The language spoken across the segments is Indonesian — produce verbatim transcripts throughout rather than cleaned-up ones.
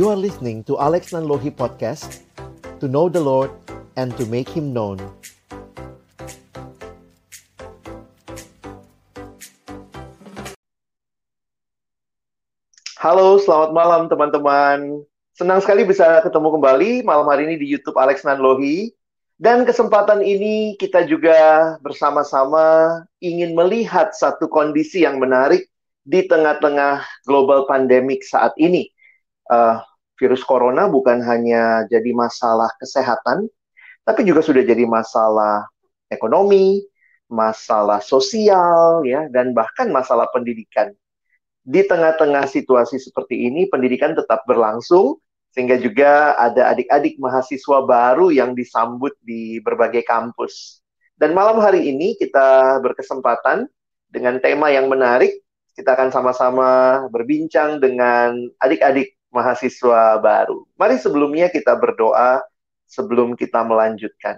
You are listening to Alex Nanlohi Podcast, to know the Lord and to make Him known. Halo, selamat malam teman-teman. Senang sekali bisa ketemu kembali malam hari ini di YouTube Alex Nanlohi. Dan kesempatan ini kita juga bersama-sama ingin melihat satu kondisi yang menarik di tengah-tengah global pandemik saat ini. Uh, virus corona bukan hanya jadi masalah kesehatan, tapi juga sudah jadi masalah ekonomi, masalah sosial, ya, dan bahkan masalah pendidikan. Di tengah-tengah situasi seperti ini, pendidikan tetap berlangsung, sehingga juga ada adik-adik mahasiswa baru yang disambut di berbagai kampus. Dan malam hari ini kita berkesempatan dengan tema yang menarik. Kita akan sama-sama berbincang dengan adik-adik mahasiswa baru. Mari sebelumnya kita berdoa sebelum kita melanjutkan.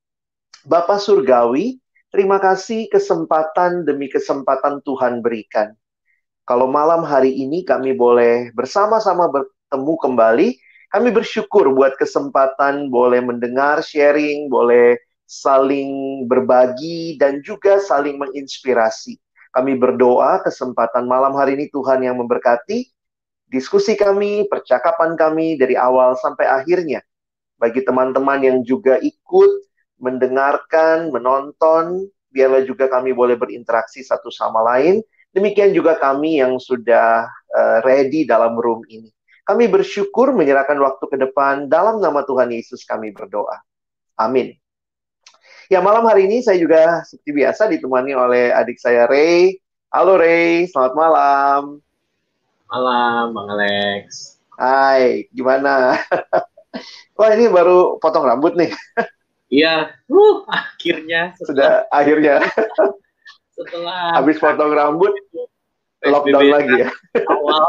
Bapa Surgawi, terima kasih kesempatan demi kesempatan Tuhan berikan. Kalau malam hari ini kami boleh bersama-sama bertemu kembali, kami bersyukur buat kesempatan boleh mendengar, sharing, boleh saling berbagi, dan juga saling menginspirasi. Kami berdoa kesempatan malam hari ini Tuhan yang memberkati diskusi kami, percakapan kami dari awal sampai akhirnya. Bagi teman-teman yang juga ikut mendengarkan, menonton, biarlah juga kami boleh berinteraksi satu sama lain. Demikian juga kami yang sudah uh, ready dalam room ini. Kami bersyukur menyerahkan waktu ke depan. Dalam nama Tuhan Yesus kami berdoa. Amin. Ya, malam hari ini saya juga seperti biasa ditemani oleh adik saya Ray. Halo Ray, selamat malam. Malam, Bang Alex. Hai, gimana? Wah, ini baru potong rambut nih. Iya, uh, akhirnya. Sudah akhirnya. Setelah habis potong rambut, lockdown lagi ya. Awal.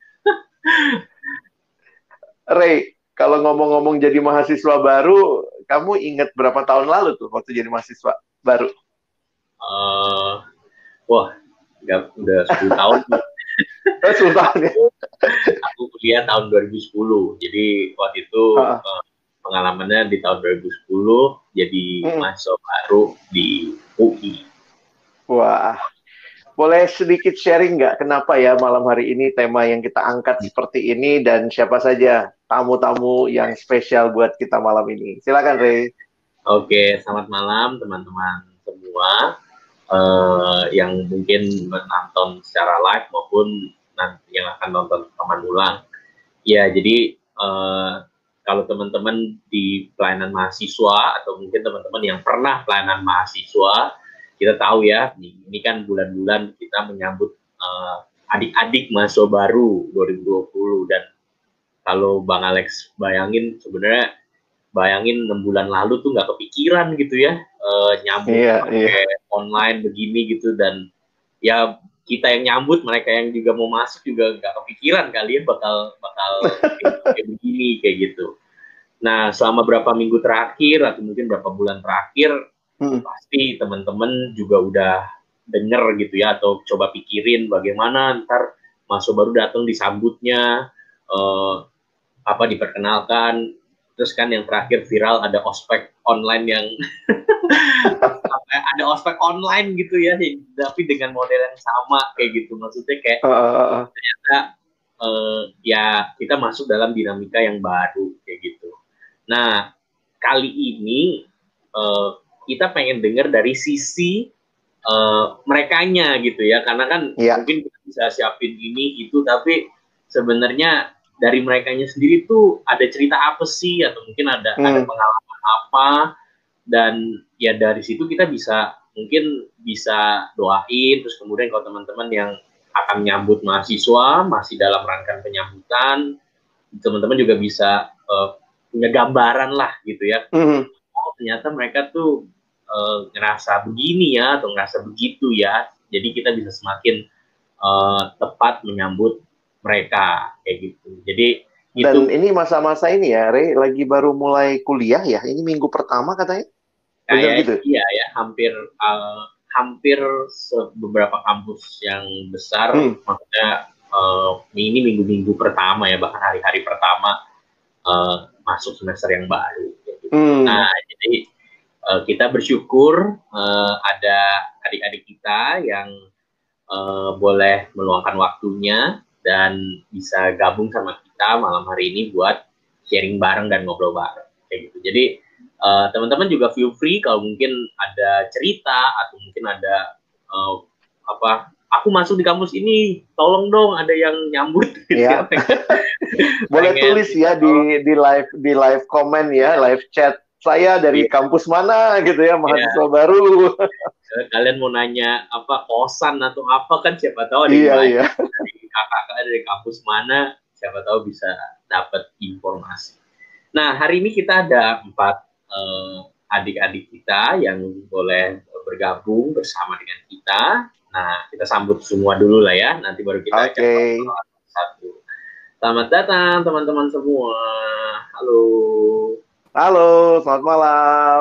Ray, kalau ngomong-ngomong jadi mahasiswa baru, kamu ingat berapa tahun lalu tuh waktu jadi mahasiswa baru? Uh, wah, nggak, udah sepuluh tahun. sepuluh tahun ya? Aku kuliah tahun dua ribu sepuluh. Jadi waktu itu uh. uh, pengalamannya di tahun dua ribu sepuluh jadi hmm. mahasiswa baru di U I. Wah, boleh sedikit sharing nggak kenapa ya malam hari ini tema yang kita angkat seperti ini dan siapa saja tamu-tamu yang spesial buat kita malam ini? Silakan Ray. Oke, selamat malam teman-teman semua uh, yang mungkin menonton secara live maupun nanti yang akan nonton rekaman ulang. Ya, jadi uh, kalau teman-teman di pelayanan mahasiswa atau mungkin teman-teman yang pernah pelayanan mahasiswa, kita tahu ya, ini kan bulan-bulan kita menyambut uh, adik-adik mahasiswa baru dua ribu dua puluh. Dan kalau Bang Alex bayangin, sebenarnya bayangin enam bulan lalu tuh nggak kepikiran gitu ya, uh, nyambut yeah, pakai yeah. online begini gitu. Dan ya kita yang nyambut, mereka yang juga mau masuk juga nggak kepikiran kali ya bakal bakal kayak begini, kayak gitu. Nah, selama berapa minggu terakhir atau mungkin berapa bulan terakhir, Hmm. pasti teman-teman juga udah denger gitu ya, atau coba pikirin bagaimana ntar mahasiswa baru datang disambutnya, eh, apa diperkenalkan, terus kan yang terakhir viral ada ospek online yang ada ospek online gitu ya, tapi dengan model yang sama kayak gitu, maksudnya kayak uh, uh, uh. ternyata uh, ya kita masuk dalam dinamika yang baru kayak gitu. Nah, kali ini uh, kita pengen dengar dari sisi uh, merekanya gitu ya, karena kan yeah. mungkin kita bisa siapin ini itu, tapi sebenarnya dari merekanya sendiri tuh ada cerita apa sih, atau mungkin ada hmm. ada pengalaman apa, dan ya dari situ kita bisa mungkin bisa doain. Terus kemudian kalau teman-teman yang akan menyambut mahasiswa masih dalam rangkaian penyambutan, teman-teman juga bisa uh, punya gambaran lah gitu ya. Hmm. Oh, ternyata mereka tuh Uh, ngerasa begini ya, atau ngerasa begitu ya, jadi kita bisa semakin uh, tepat menyambut mereka kayak gitu. Jadi dan itu, ini masa-masa ini ya, Ray, lagi baru mulai kuliah ya, ini minggu pertama katanya, kayak gitu? Iya ya, hampir uh, hampir beberapa kampus yang besar, hmm. maksudnya uh, ini minggu-minggu pertama ya, bahkan hari-hari pertama uh, masuk semester yang baru. Gitu. Hmm. Nah, jadi uh, kita bersyukur uh, ada adik-adik kita yang uh, boleh meluangkan waktunya dan bisa gabung sama kita malam hari ini buat sharing bareng dan ngobrol bareng. Kayak gitu. Jadi uh, teman-teman juga feel free kalau mungkin ada cerita atau mungkin ada uh, apa aku masuk di kampus ini, tolong dong ada yang nyambut gitu ya. Boleh tulis ya di di live di live comment ya, live chat. Saya dari yeah. kampus mana gitu ya, mahasiswa yeah. baru. Kalian mau nanya apa kosan atau apa kan siapa tahu ada yeah, yang yeah. dari kakak-kakak dari kampus mana, siapa tahu bisa dapat informasi. Nah, hari ini kita ada empat uh, adik-adik kita yang boleh bergabung bersama dengan kita. Nah, kita sambut semua dulu lah ya, nanti baru kita okay. satu. Selamat datang teman-teman semua. Halo. Halo, selamat malam.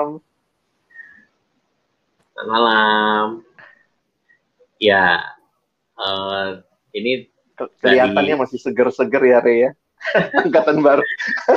Selamat malam. Ya, uh, ini kelihatannya dari, masih seger-seger ya, Re ya. Angkatan baru.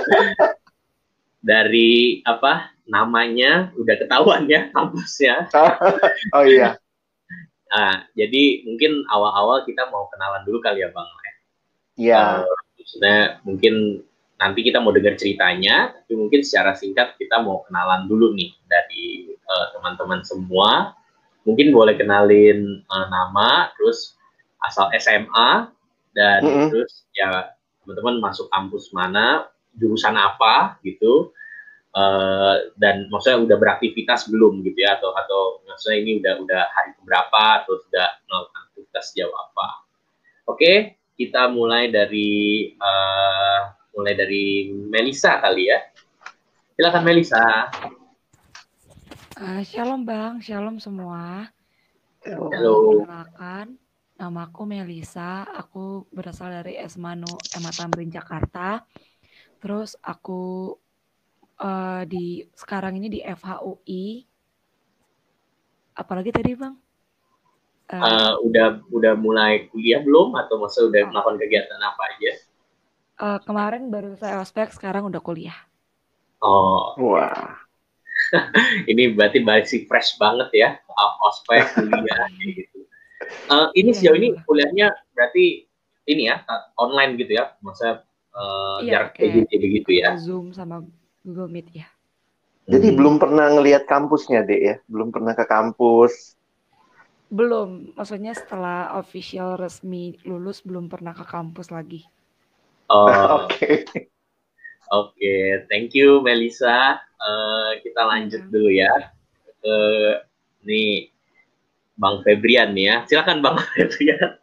Dari apa namanya udah ketahuan ya kampusnya. Oh iya. Nah, jadi mungkin awal-awal kita mau kenalan dulu kali ya, Bang. Iya. Uh, maksudnya mungkin nanti kita mau dengar ceritanya, tapi mungkin secara singkat kita mau kenalan dulu nih dari uh, teman-teman semua. Mungkin boleh kenalin uh, nama, terus asal S M A, dan mm-hmm. terus ya teman-teman masuk kampus mana, jurusan apa gitu. Uh, dan maksudnya udah beraktivitas belum gitu ya, atau atau maksudnya ini udah udah hari keberapa atau sudah melakukan aktivitas sejauh apa. Oke, kita mulai dari uh, mulai dari Melisa kali ya. Silakan Melisa. Uh, shalom Bang, shalom semua. Halo. Perkenalkan, nama aku Melisa. Aku berasal dari S M A Nu M A Tamrin Jakarta. Terus aku Uh, di sekarang ini di F H U I. Apalagi tadi Bang? Uh, uh, udah udah mulai kuliah belum atau masa udah oh. melakukan kegiatan apa aja? Uh, kemarin baru saya ospek, sekarang udah kuliah. Oh, wah. Ini berarti masih fresh banget ya, ospek kuliah gitu. Uh, ini sejauh ini kuliahnya berarti ini ya online gitu ya, maksudnya uh, iya, jarak kayak gitu ya? Zoom sama Google Meet ya. Jadi hmm. belum pernah ngelihat kampusnya, Dek ya? Belum pernah ke kampus? Belum, maksudnya setelah official resmi lulus belum pernah ke kampus lagi. Oh, oke. Oke, okay. Thank you Melisa. Uh, kita lanjut hmm. dulu ya. Ke uh, nih Bang Febrian nih ya. Silakan Bang Febrian.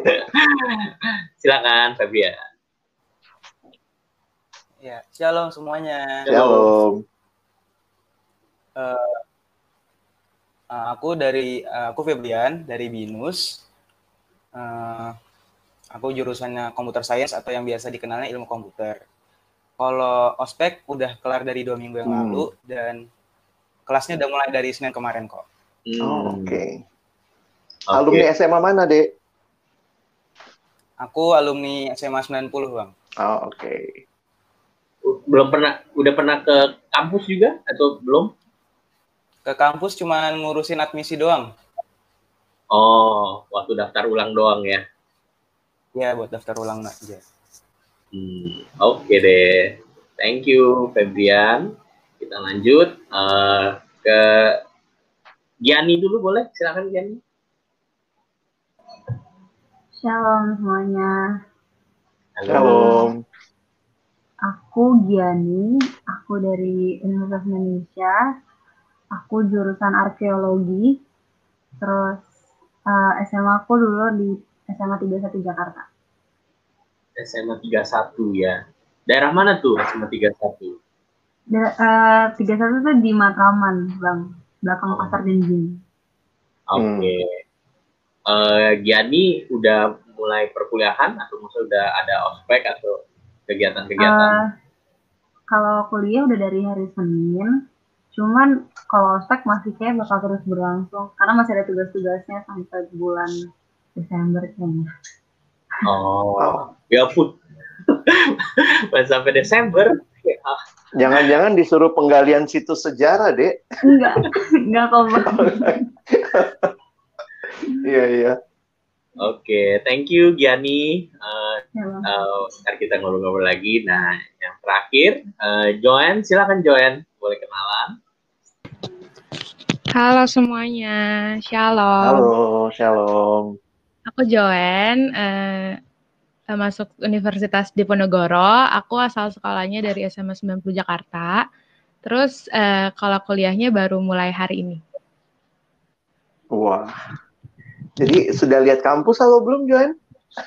Silakan Febrian. Ya, shalom semuanya. Shalom. Uh, uh, aku dari uh, aku Febrian dari Binus. Uh, aku jurusannya Computer Science atau yang biasa dikenalnya ilmu komputer. Kalau ospek udah kelar dari dua minggu yang hmm. lalu dan kelasnya udah mulai dari Senin kemarin kok. Hmm. Oh, Oke. Okay. Okay. Alumni S M A mana, Dek? Aku alumni S M A sembilan puluh, Bang. Oh, oke. Okay. Belum pernah, udah pernah ke kampus juga atau belum? Ke kampus cuma ngurusin admisi doang. Oh, waktu daftar ulang doang ya? Iya, buat daftar ulang aja. Hmm, oke okay deh. Thank you, Febrian. Kita lanjut uh, ke Giani dulu boleh? Silakan Giani. Shalom semuanya. Halo. Shalom. Aku Giani, aku dari Universitas Indonesia, aku jurusan arkeologi, terus uh, S M A aku dulu di S M A tiga puluh satu Jakarta. S M A tiga puluh satu ya. Daerah mana tuh S M A tiga puluh satu? Da- uh, tiga puluh satu tuh di Matraman, Bang, belakang oh. Pasar Genjing. Oke. Okay. Hmm. Uh, Giani udah mulai perkuliahan atau maksudnya udah ada ospek atau kegiatan-kegiatan? Uh, kalau kuliah udah dari hari Senin, cuman kalau ospek masih kayak bakal terus berlangsung karena masih ada tugas-tugasnya sampai bulan Desember kayaknya. Oh, oh. Ya pun. Sampai Desember. Jangan-jangan disuruh penggalian situs sejarah, Dek? Enggak, enggak kok. Iya, iya. Oke, okay, thank you Giani. Uh, uh, ntar kita ngobrol-ngobrol lagi. Nah, yang terakhir, uh, Joanne, silakan Joanne, boleh kenalan. Halo semuanya, shalom. Halo, shalom. Aku Joanne, uh, masuk Universitas Diponegoro. Aku asal sekolahnya dari S M A sembilan puluh Jakarta. Terus uh, kalau kuliahnya baru mulai hari ini. Wah. Jadi sudah lihat kampus atau belum, Joanne?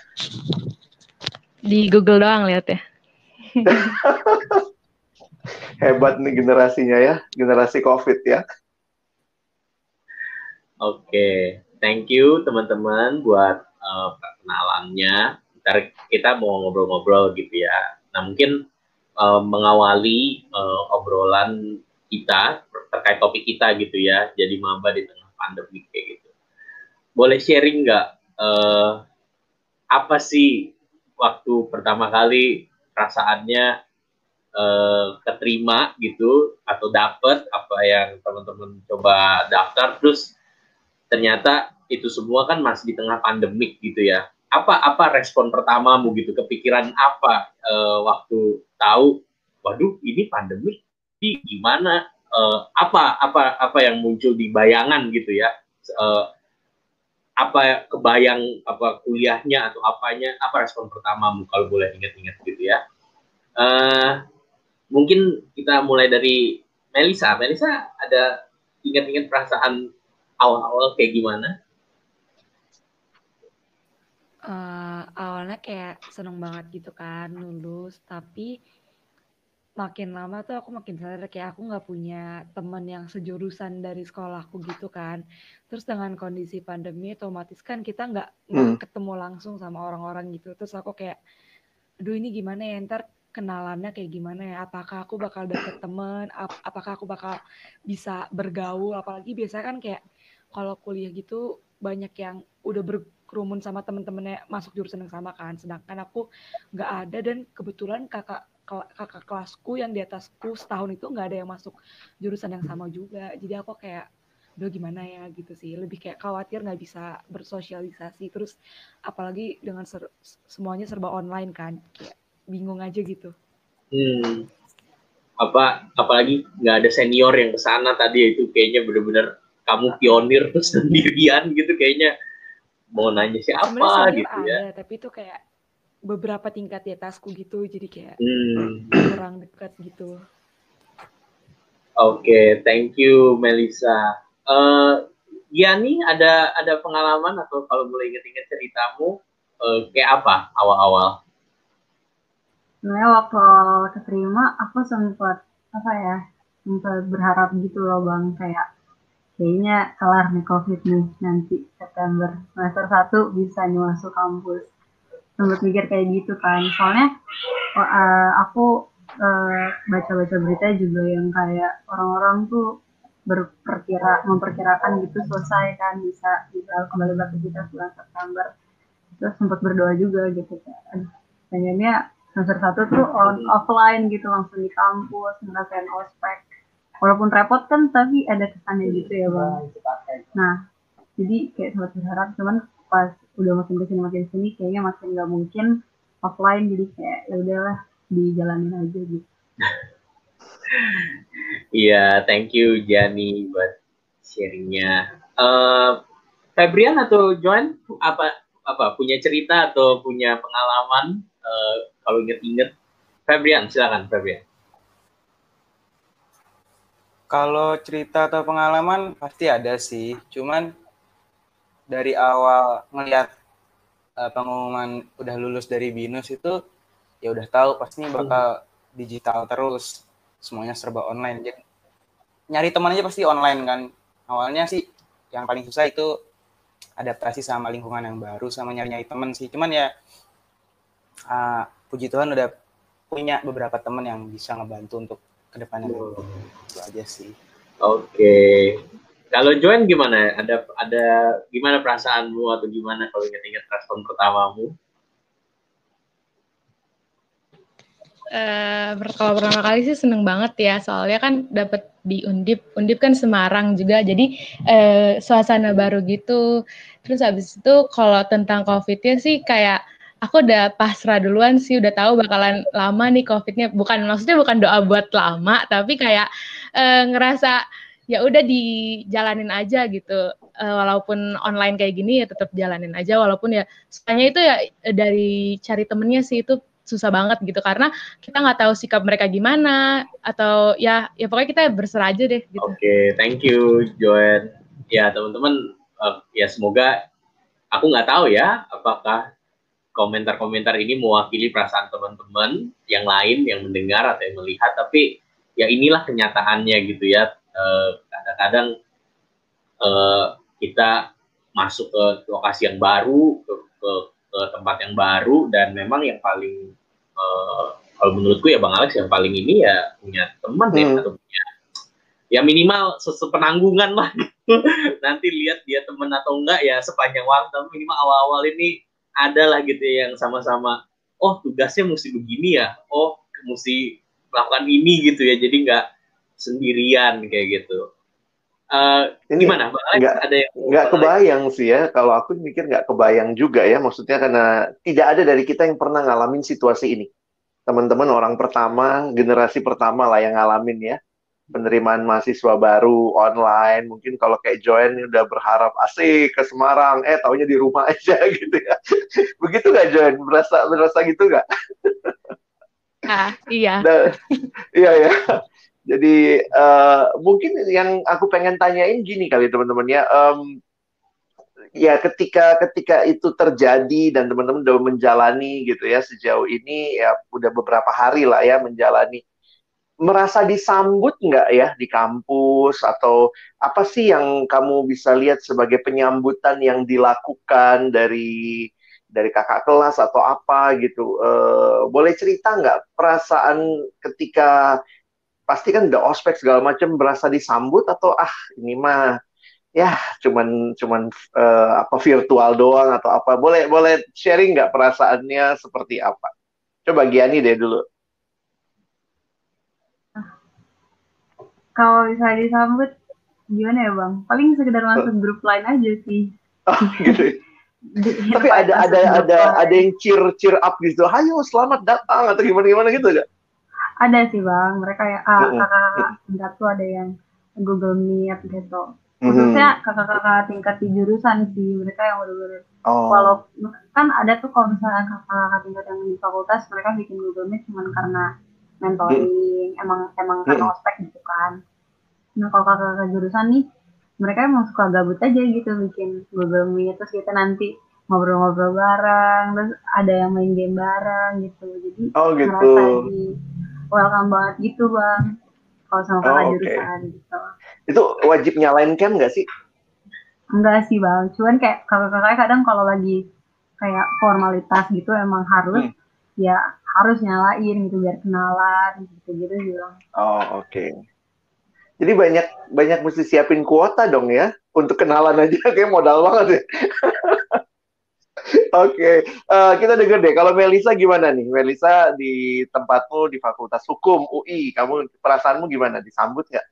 Di Google doang lihat ya. Hebat nih generasinya ya, generasi COVID ya. Oke, okay. Thank you teman-teman buat uh, perkenalannya. Ntar kita mau ngobrol-ngobrol gitu ya. Nah mungkin uh, mengawali uh, obrolan kita terkait topik kita gitu ya. Jadi maba di tengah pandemi kayak gitu. Boleh sharing nggak uh, apa sih waktu pertama kali perasaannya uh, keterima gitu atau dapet apa yang teman-teman coba daftar terus ternyata itu semua kan masih di tengah pandemik gitu ya. Apa apa respon pertamamu gitu? Kepikiran apa uh, waktu tahu waduh ini pandemik ini gimana? Uh, apa apa apa yang muncul di bayangan gitu ya? Uh, apa kebayang apa kuliahnya atau apanya, apa respon pertamamu kalau boleh ingat-ingat gitu ya. Uh, mungkin kita mulai dari Melisa. Melisa ada ingat-ingat perasaan awal-awal kayak gimana? Uh, awalnya kayak seneng banget gitu kan lulus, tapi makin lama tuh aku makin sadar kayak aku nggak punya teman yang sejurusan dari sekolahku gitu kan. Terus dengan kondisi pandemi otomatis kan kita nggak nggak hmm. ketemu langsung sama orang-orang gitu. Terus aku kayak, aduh ini gimana ya, ntar kenalannya kayak gimana ya, apakah aku bakal dapet teman, ap- apakah aku bakal bisa bergaul, apalagi biasanya kan kayak kalau kuliah gitu banyak yang udah berkerumun sama temen-temennya masuk jurusan yang sama kan, sedangkan aku nggak ada dan kebetulan kakak kakak kelasku yang di atasku setahun itu nggak ada yang masuk jurusan yang sama juga, jadi aku kayak aduh gimana ya gitu sih, lebih kayak khawatir nggak bisa bersosialisasi, terus apalagi dengan ser- semuanya serba online kan, kayak bingung aja gitu. Hmm. Apa apalagi nggak ada senior yang kesana tadi, itu kayaknya bener-bener kamu pionir terus sendirian gitu, kayaknya mau nanya siapa gitu ada, ya. Tapi itu kayak beberapa tingkat di atasku gitu, jadi kayak hmm. kurang dekat gitu. Oke, okay, thank you Melisa. Uh, Giani ada ada pengalaman atau kalau boleh ingat-ingat ceritamu uh, kayak apa awal-awal? Sebenarnya waktu awal keterima aku sempat apa ya sempat berharap gitu loh Bang, kayak kayaknya kelar nih COVID nih, nanti September semester satu bisa nih masuk kampus. Sempat mikir kayak gitu kan, soalnya oh, uh, aku uh, baca-baca berita juga yang kayak orang-orang tuh berperkira memperkirakan gitu selesai kan bisa bisa kembali beraktivitas bulan September. Terus sempat berdoa juga gitu kayak aduh pengennya semester satu tuh on offline gitu, langsung di kampus ngerasain ospek. Walaupun repot kan, tapi ada kesannya gitu ya Bang. Nah, jadi kayak sempat berharap, cuman pas udah makin kesini makin kesini kayaknya makin nggak mungkin offline, jadi kayak ya udahlah dijalanin aja gitu. Iya, yeah, thank you Giani buat sharingnya. Uh, Febrian atau Joan apa apa punya cerita atau punya pengalaman uh, kalau inget-inget? Febrian, silakan Febrian. Kalau cerita atau pengalaman pasti ada sih, cuman dari awal ngelihat uh, pengumuman udah lulus dari BINUS itu ya udah tahu pastinya bakal digital terus, semuanya serba online. Jadi nyari teman aja pasti online kan. Awalnya sih yang paling susah itu adaptasi sama lingkungan yang baru, sama nyari-nyari teman sih. Cuman ya uh, puji Tuhan udah punya beberapa teman yang bisa ngebantu untuk kedepannya. Oh. Itu aja sih. Oke. Okay. Kalau Joan gimana? Ada ada gimana perasaanmu atau gimana kalau ingat-ingat respon pertamamu? uh, kalau pertama kali sih seneng banget ya, soalnya kan dapet di Undip, Undip kan Semarang juga, jadi uh, suasana baru gitu. Terus habis itu kalau tentang COVID-nya sih kayak aku udah pasrah duluan sih, udah tahu bakalan lama nih COVID-nya. Bukan maksudnya bukan doa buat lama, tapi kayak uh, ngerasa ya udah dijalanin aja gitu. Uh, walaupun online kayak gini ya tetap jalanin aja, walaupun ya soalnya itu ya dari cari temennya sih itu susah banget gitu karena kita nggak tahu sikap mereka gimana atau ya ya pokoknya kita berserah aja deh gitu. Oke, okay, thank you Joen. Ya teman-teman, uh, ya semoga aku nggak tahu ya apakah komentar-komentar ini mewakili perasaan teman-teman yang lain yang mendengar atau yang melihat, tapi ya inilah kenyataannya gitu ya. Uh, kadang-kadang uh, kita masuk ke lokasi yang baru, ke, ke, ke tempat yang baru, dan memang yang paling uh, kalau menurutku ya Bang Alex yang paling ini ya punya teman hmm. ya atau punya ya minimal sepenanggungan lah gitu. Nanti lihat dia teman atau enggak ya sepanjang waktu, tapi minimal awal-awal ini ada lah gitu ya yang sama-sama oh tugasnya mesti begini ya, oh mesti melakukan ini gitu ya, jadi nggak sendirian kayak gitu. Uh, gimana Bang Alex? Nggak, ada yang nggak kebayang sih ya, kalau aku mikir nggak kebayang juga ya, maksudnya karena tidak ada dari kita yang pernah ngalamin situasi ini. Teman-teman orang pertama, generasi pertama lah yang ngalamin ya, penerimaan mahasiswa baru online. Mungkin kalau kayak Joen udah berharap asik ke Semarang, eh taunya di rumah aja gitu ya. Begitu nggak Joen? Berasa berasa gitu nggak? Ah iya. Nah, iya ya. Jadi uh, mungkin yang aku pengen tanyain gini kali teman-teman ya. Um, ya ketika ketika itu terjadi dan teman-teman udah menjalani gitu ya sejauh ini ya udah beberapa hari lah ya menjalani, merasa disambut nggak ya di kampus, atau apa sih yang kamu bisa lihat sebagai penyambutan yang dilakukan dari dari kakak kelas atau apa gitu? Uh, boleh cerita nggak perasaan ketika pasti kan udah ospek segala macam, berasa disambut atau ah ini mah ya cuman cuman uh, apa virtual doang atau apa? Boleh boleh sharing nggak perasaannya seperti apa? Coba Giani deh dulu. Kalau bisa disambut gimana ya Bang? Paling sekedar masuk uh. grup lain aja sih. Oh, gitu. Tapi ada ada ada ada yang cheer cheer up gitu. Hayo selamat datang atau gimana gimana gitu enggak? Ada sih Bang. Mereka ya ah, uh-uh. kakak tingkat tuh ada yang Google Meet gitu. Khususnya kakak-kakak tingkat di jurusan sih, mereka yang udah-udah oh. Walaupun kan ada tuh kalau misalnya kakak-kakak tingkat yang di fakultas mereka bikin Google Meet cuma karena mentoring, hmm. emang emang hmm. karena ospek gitu kan. Nah kalau kakak-kakak jurusan nih, mereka emang suka gabut aja gitu bikin Google Meet, terus kita nanti ngobrol-ngobrol bareng, terus ada yang main game bareng gitu. Jadi oh, gitu. ngerasa di welcome banget gitu Bang. Kalau sama kakak oh, jurusan okay. gitu. Itu wajib nyalain cam nggak sih? Enggak sih Bang, cuman kayak kakak-kakaknya kadang kalau lagi kayak formalitas gitu emang harus hmm. ya harus nyalain gitu biar kenalan gitu-gitu sih Bang. Oh oke. Okay. Jadi banyak banyak mesti siapin kuota dong ya untuk kenalan aja, kayak modal banget ya. Oke, okay. uh, kita denger deh. Kalau Melisa gimana nih? Melisa di tempatmu di Fakultas Hukum U I, kamu perasaanmu gimana? Disambut nggak?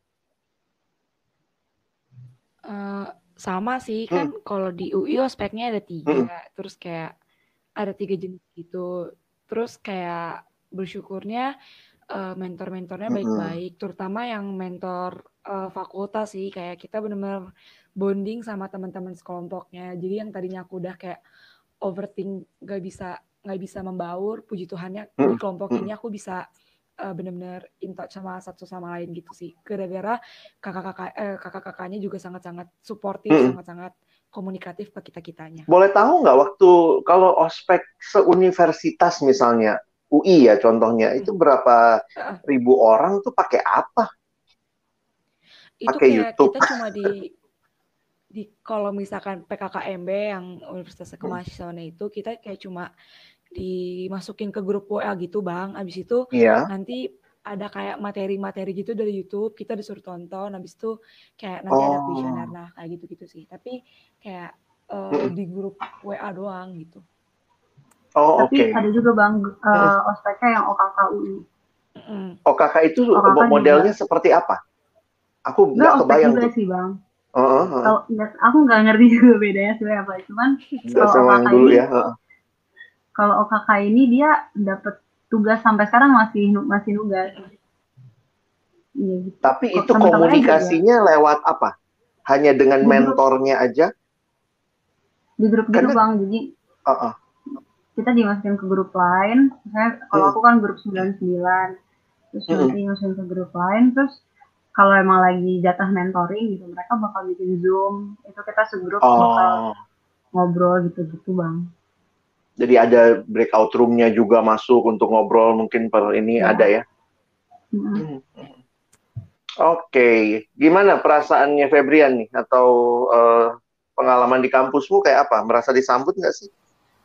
Uh, sama sih kan. Hmm. Kalau di U I ospeknya ada tiga, hmm. terus kayak ada tiga jenis gitu. Terus kayak bersyukurnya uh, mentor-mentornya hmm. baik-baik, terutama yang mentor uh, fakultas sih. Kayak kita benar-benar bonding sama teman-teman sekelompoknya. Jadi yang tadinya aku udah kayak overthink gak bisa nggak bisa membaur, puji Tuhannya hmm. di kelompok ini aku bisa uh, benar-benar in touch sama satu sama lain gitu sih, gara-gara kakak-kakak eh, kakak-kakaknya juga sangat-sangat suportif, hmm. sangat-sangat komunikatif ke kita-kitanya. Boleh tahu nggak waktu kalau ospek seuniversitas misalnya U I ya contohnya, hmm. itu berapa uh. ribu orang tuh pakai apa? Itu pakai YouTube? Kita cuma di di kalau misalkan P K K M B yang Universitas Kemahasiswaan itu kita kayak cuma dimasukin ke grup W A gitu Bang. Abis itu yeah. nanti ada kayak materi-materi gitu dari YouTube, kita disuruh tonton. Abis itu kayak nanti oh. ada kuesioner, nah kayak gitu-gitu sih. Tapi kayak uh, hmm. di grup W A doang gitu. Oh, Tapi okay. ada juga Bang uh, ospeknya yang O K K U I. O K K itu O K K modelnya juga. seperti apa? Aku Nggak, nggak kebayang juga tuh. sih bang. Uh, uh, uh. Kalau aku nggak ngerti juga bedanya sebenarnya apa. Cuman kalau Sama O K K yang dulu ini, ya. Uh. kalau O K K ini dia dapat tugas sampai sekarang masih masih nugas. Iya, gitu. Tapi Kok itu teman-temannya juga komunikasinya lewat apa? Hanya dengan Di grup. mentornya aja? Di grup gitu Karena- bang, jadi Uh, uh. kita dimasukin ke grup lain. Misalnya kalau Hmm. aku kan grup sembilan puluh sembilan, terus Hmm. nanti masukin ke grup lain, terus kalau emang lagi jatah mentoring gitu, mereka bakal bikin Zoom, itu kita segrup bakal Oh, ngobrol gitu-gitu bang. jadi ada breakout room-nya juga masuk untuk ngobrol mungkin per ini Ya. ada ya? Mm-mm. Hmm. Oke, gimana perasaannya Febrian nih? Atau eh, pengalaman di kampusmu kayak apa? Merasa disambut nggak sih?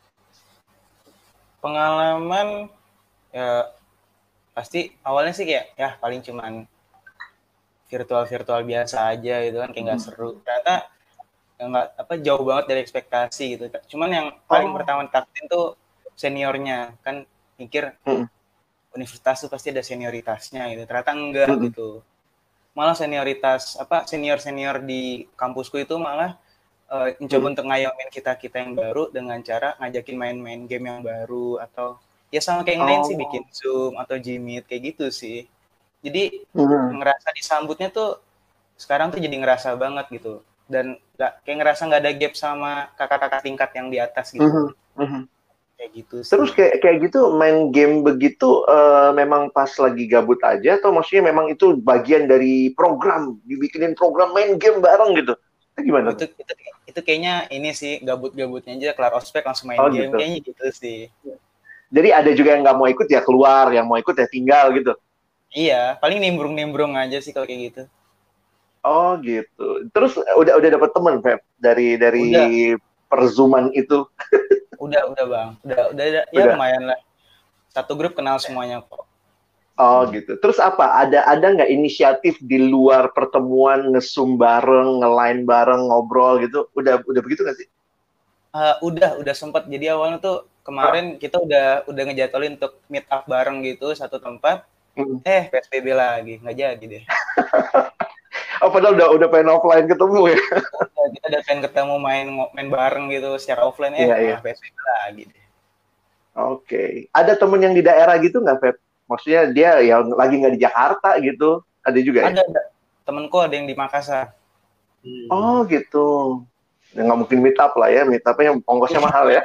Pengalaman ya pasti awalnya sih kayak ya paling cuman virtual-virtual biasa aja gitu kan, kayak nggak seru. Ternyata ya nggak apa jauh banget dari ekspektasi gitu. Cuman yang paling Oh. pertama ditakutin tuh seniornya, kan mikir Mm-mm. universitas tuh pasti ada senioritasnya gitu. Ternyata enggak Mm-mm. gitu. Malah senioritas apa senior-senior di kampusku itu malah uh, mencoba Mm. untuk ngayomin kita-kita yang baru dengan cara ngajakin main-main game yang baru, atau ya sama kayak yang lain sih, Oh. bikin Zoom atau Gmeet kayak gitu sih. Jadi Mm. ngerasa disambutnya tuh sekarang tuh jadi ngerasa banget gitu, dan nggak kayak ngerasa nggak ada gap sama kakak-kakak tingkat yang di atas gitu. Mhm, mhm. Kayak gitu sih. Terus kayak kayak gitu main game begitu eh, memang pas lagi gabut aja atau maksudnya memang itu bagian dari program, dibikinin program main game bareng gitu? Itu gimana Oh, itu, tuh? itu itu kayaknya ini sih gabut-gabutnya aja kelar ospek langsung main Oh, game gitu. kayaknya gitu sih. Jadi ada juga yang nggak mau ikut ya keluar, yang mau ikut ya tinggal gitu. Iya, paling nimbrung-nimbrung aja sih kalau kayak gitu. Oh gitu. Terus udah udah dapet temen Feb dari dari Udah. perzuman itu. Udah, udah bang, udah, udah, udah. Ya Udah. lumayan lah. Satu grup kenal semuanya kok. Oh gitu. Terus apa? Ada ada nggak inisiatif di luar pertemuan nge-zoom bareng, nge-line bareng, ngobrol gitu? Udah udah begitu nggak sih? Uh, udah, udah sempat. Jadi awalnya tuh kemarin kita udah udah ngejadwalin untuk meet up bareng gitu satu tempat. Hmm. Eh P S B B lagi, nggak jadi deh. Oh padahal udah udah pengen offline ketemu ya? Udah, kita udah pengen ketemu main main bareng gitu secara offline, eh Iya, malah iya. P S B B lagi deh. Oke. Ada temen yang di daerah gitu nggak Feb? Maksudnya dia yang lagi nggak di Jakarta gitu? Ada juga ya? Ada, ada. Temenku ada yang di Makassar. Hmm. Oh gitu. Ya, nggak mungkin meet up lah ya, meet up-nya ongkosnya mahal ya.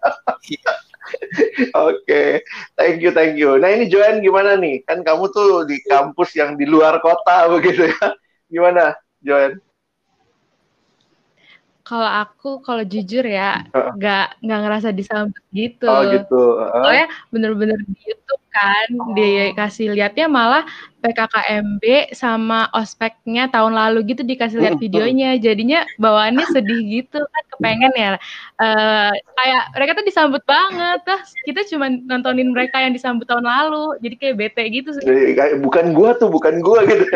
Oke, okay. Thank you, thank you. Nah ini Joanne gimana nih? Kan kamu tuh di kampus yang di luar kota begitu ya? Gimana Joanne? Kalau aku, kalau jujur ya, nggak nggak ngerasa disambut gitu. Oh gitu. Uh. Soalnya bener-bener di YouTube kan, Oh. dikasih lihatnya malah P K K M B sama ospeknya tahun lalu gitu dikasih lihat videonya. Jadinya bawaannya sedih gitu kan, kepengen ya. Uh, kayak mereka tuh disambut banget, lah kita cuma nontonin mereka yang disambut tahun lalu. Jadi kayak bete gitu sih. Bukan gua tuh, bukan gua gitu.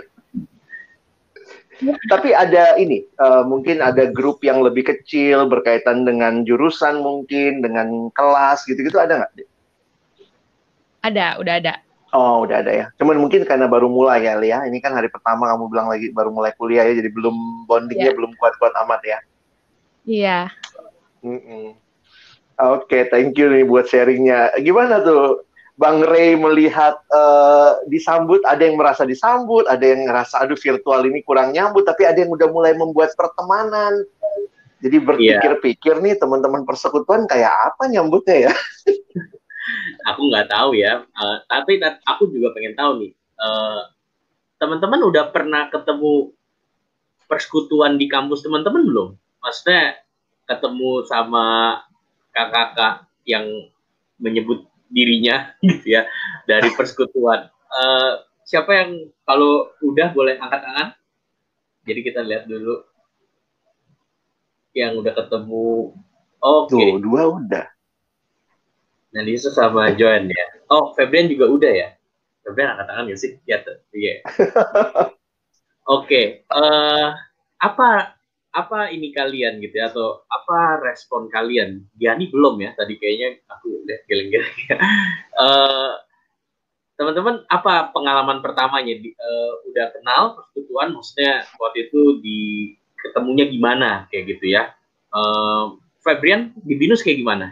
Tapi ada ini, uh, mungkin ada grup yang lebih kecil berkaitan dengan jurusan mungkin, dengan kelas gitu-gitu ada nggak? Ada, udah ada. Oh, udah ada ya. Cuman mungkin karena baru mulai ya, Lia. Ini kan hari pertama kamu bilang lagi baru mulai kuliah ya, jadi belum bondingnya yeah. belum kuat-kuat amat ya. Iya. Yeah. Mm-mm. Oke, okay, thank you nih buat sharingnya. Gimana tuh Bang Ray melihat uh, disambut, ada yang merasa disambut, ada yang ngerasa aduh virtual ini kurang nyambut, tapi ada yang udah mulai membuat pertemanan. Jadi berpikir-pikir nih teman-teman persekutuan kayak apa nyambutnya ya? Aku nggak tahu ya, uh, tapi aku juga pengen tahu nih, uh, teman-teman udah pernah ketemu persekutuan di kampus teman-teman belum? Maksudnya ketemu sama kakak-kakak yang menyebut dirinya gitu ya dari persekutuan. Uh, siapa yang kalau udah boleh angkat tangan? Jadi kita lihat dulu yang udah ketemu. Oke. Okay. Tuh, dua udah. Nah, ini sama Joanne ya. Oh, Febrian juga udah ya? Febrian angkat tangan nggak sih? Ya tuh. Iya. Yeah. Oke. Okay. Uh, apa apa ini kalian gitu ya, atau apa respon kalian? Gianni belum ya, tadi kayaknya aku lihat geleng-geleng ya. Uh, teman-teman apa pengalaman pertamanya? Di, uh, udah kenal persekutuan, maksudnya waktu itu di ketemunya gimana kayak gitu ya? Uh, Febrian di Binus kayak gimana?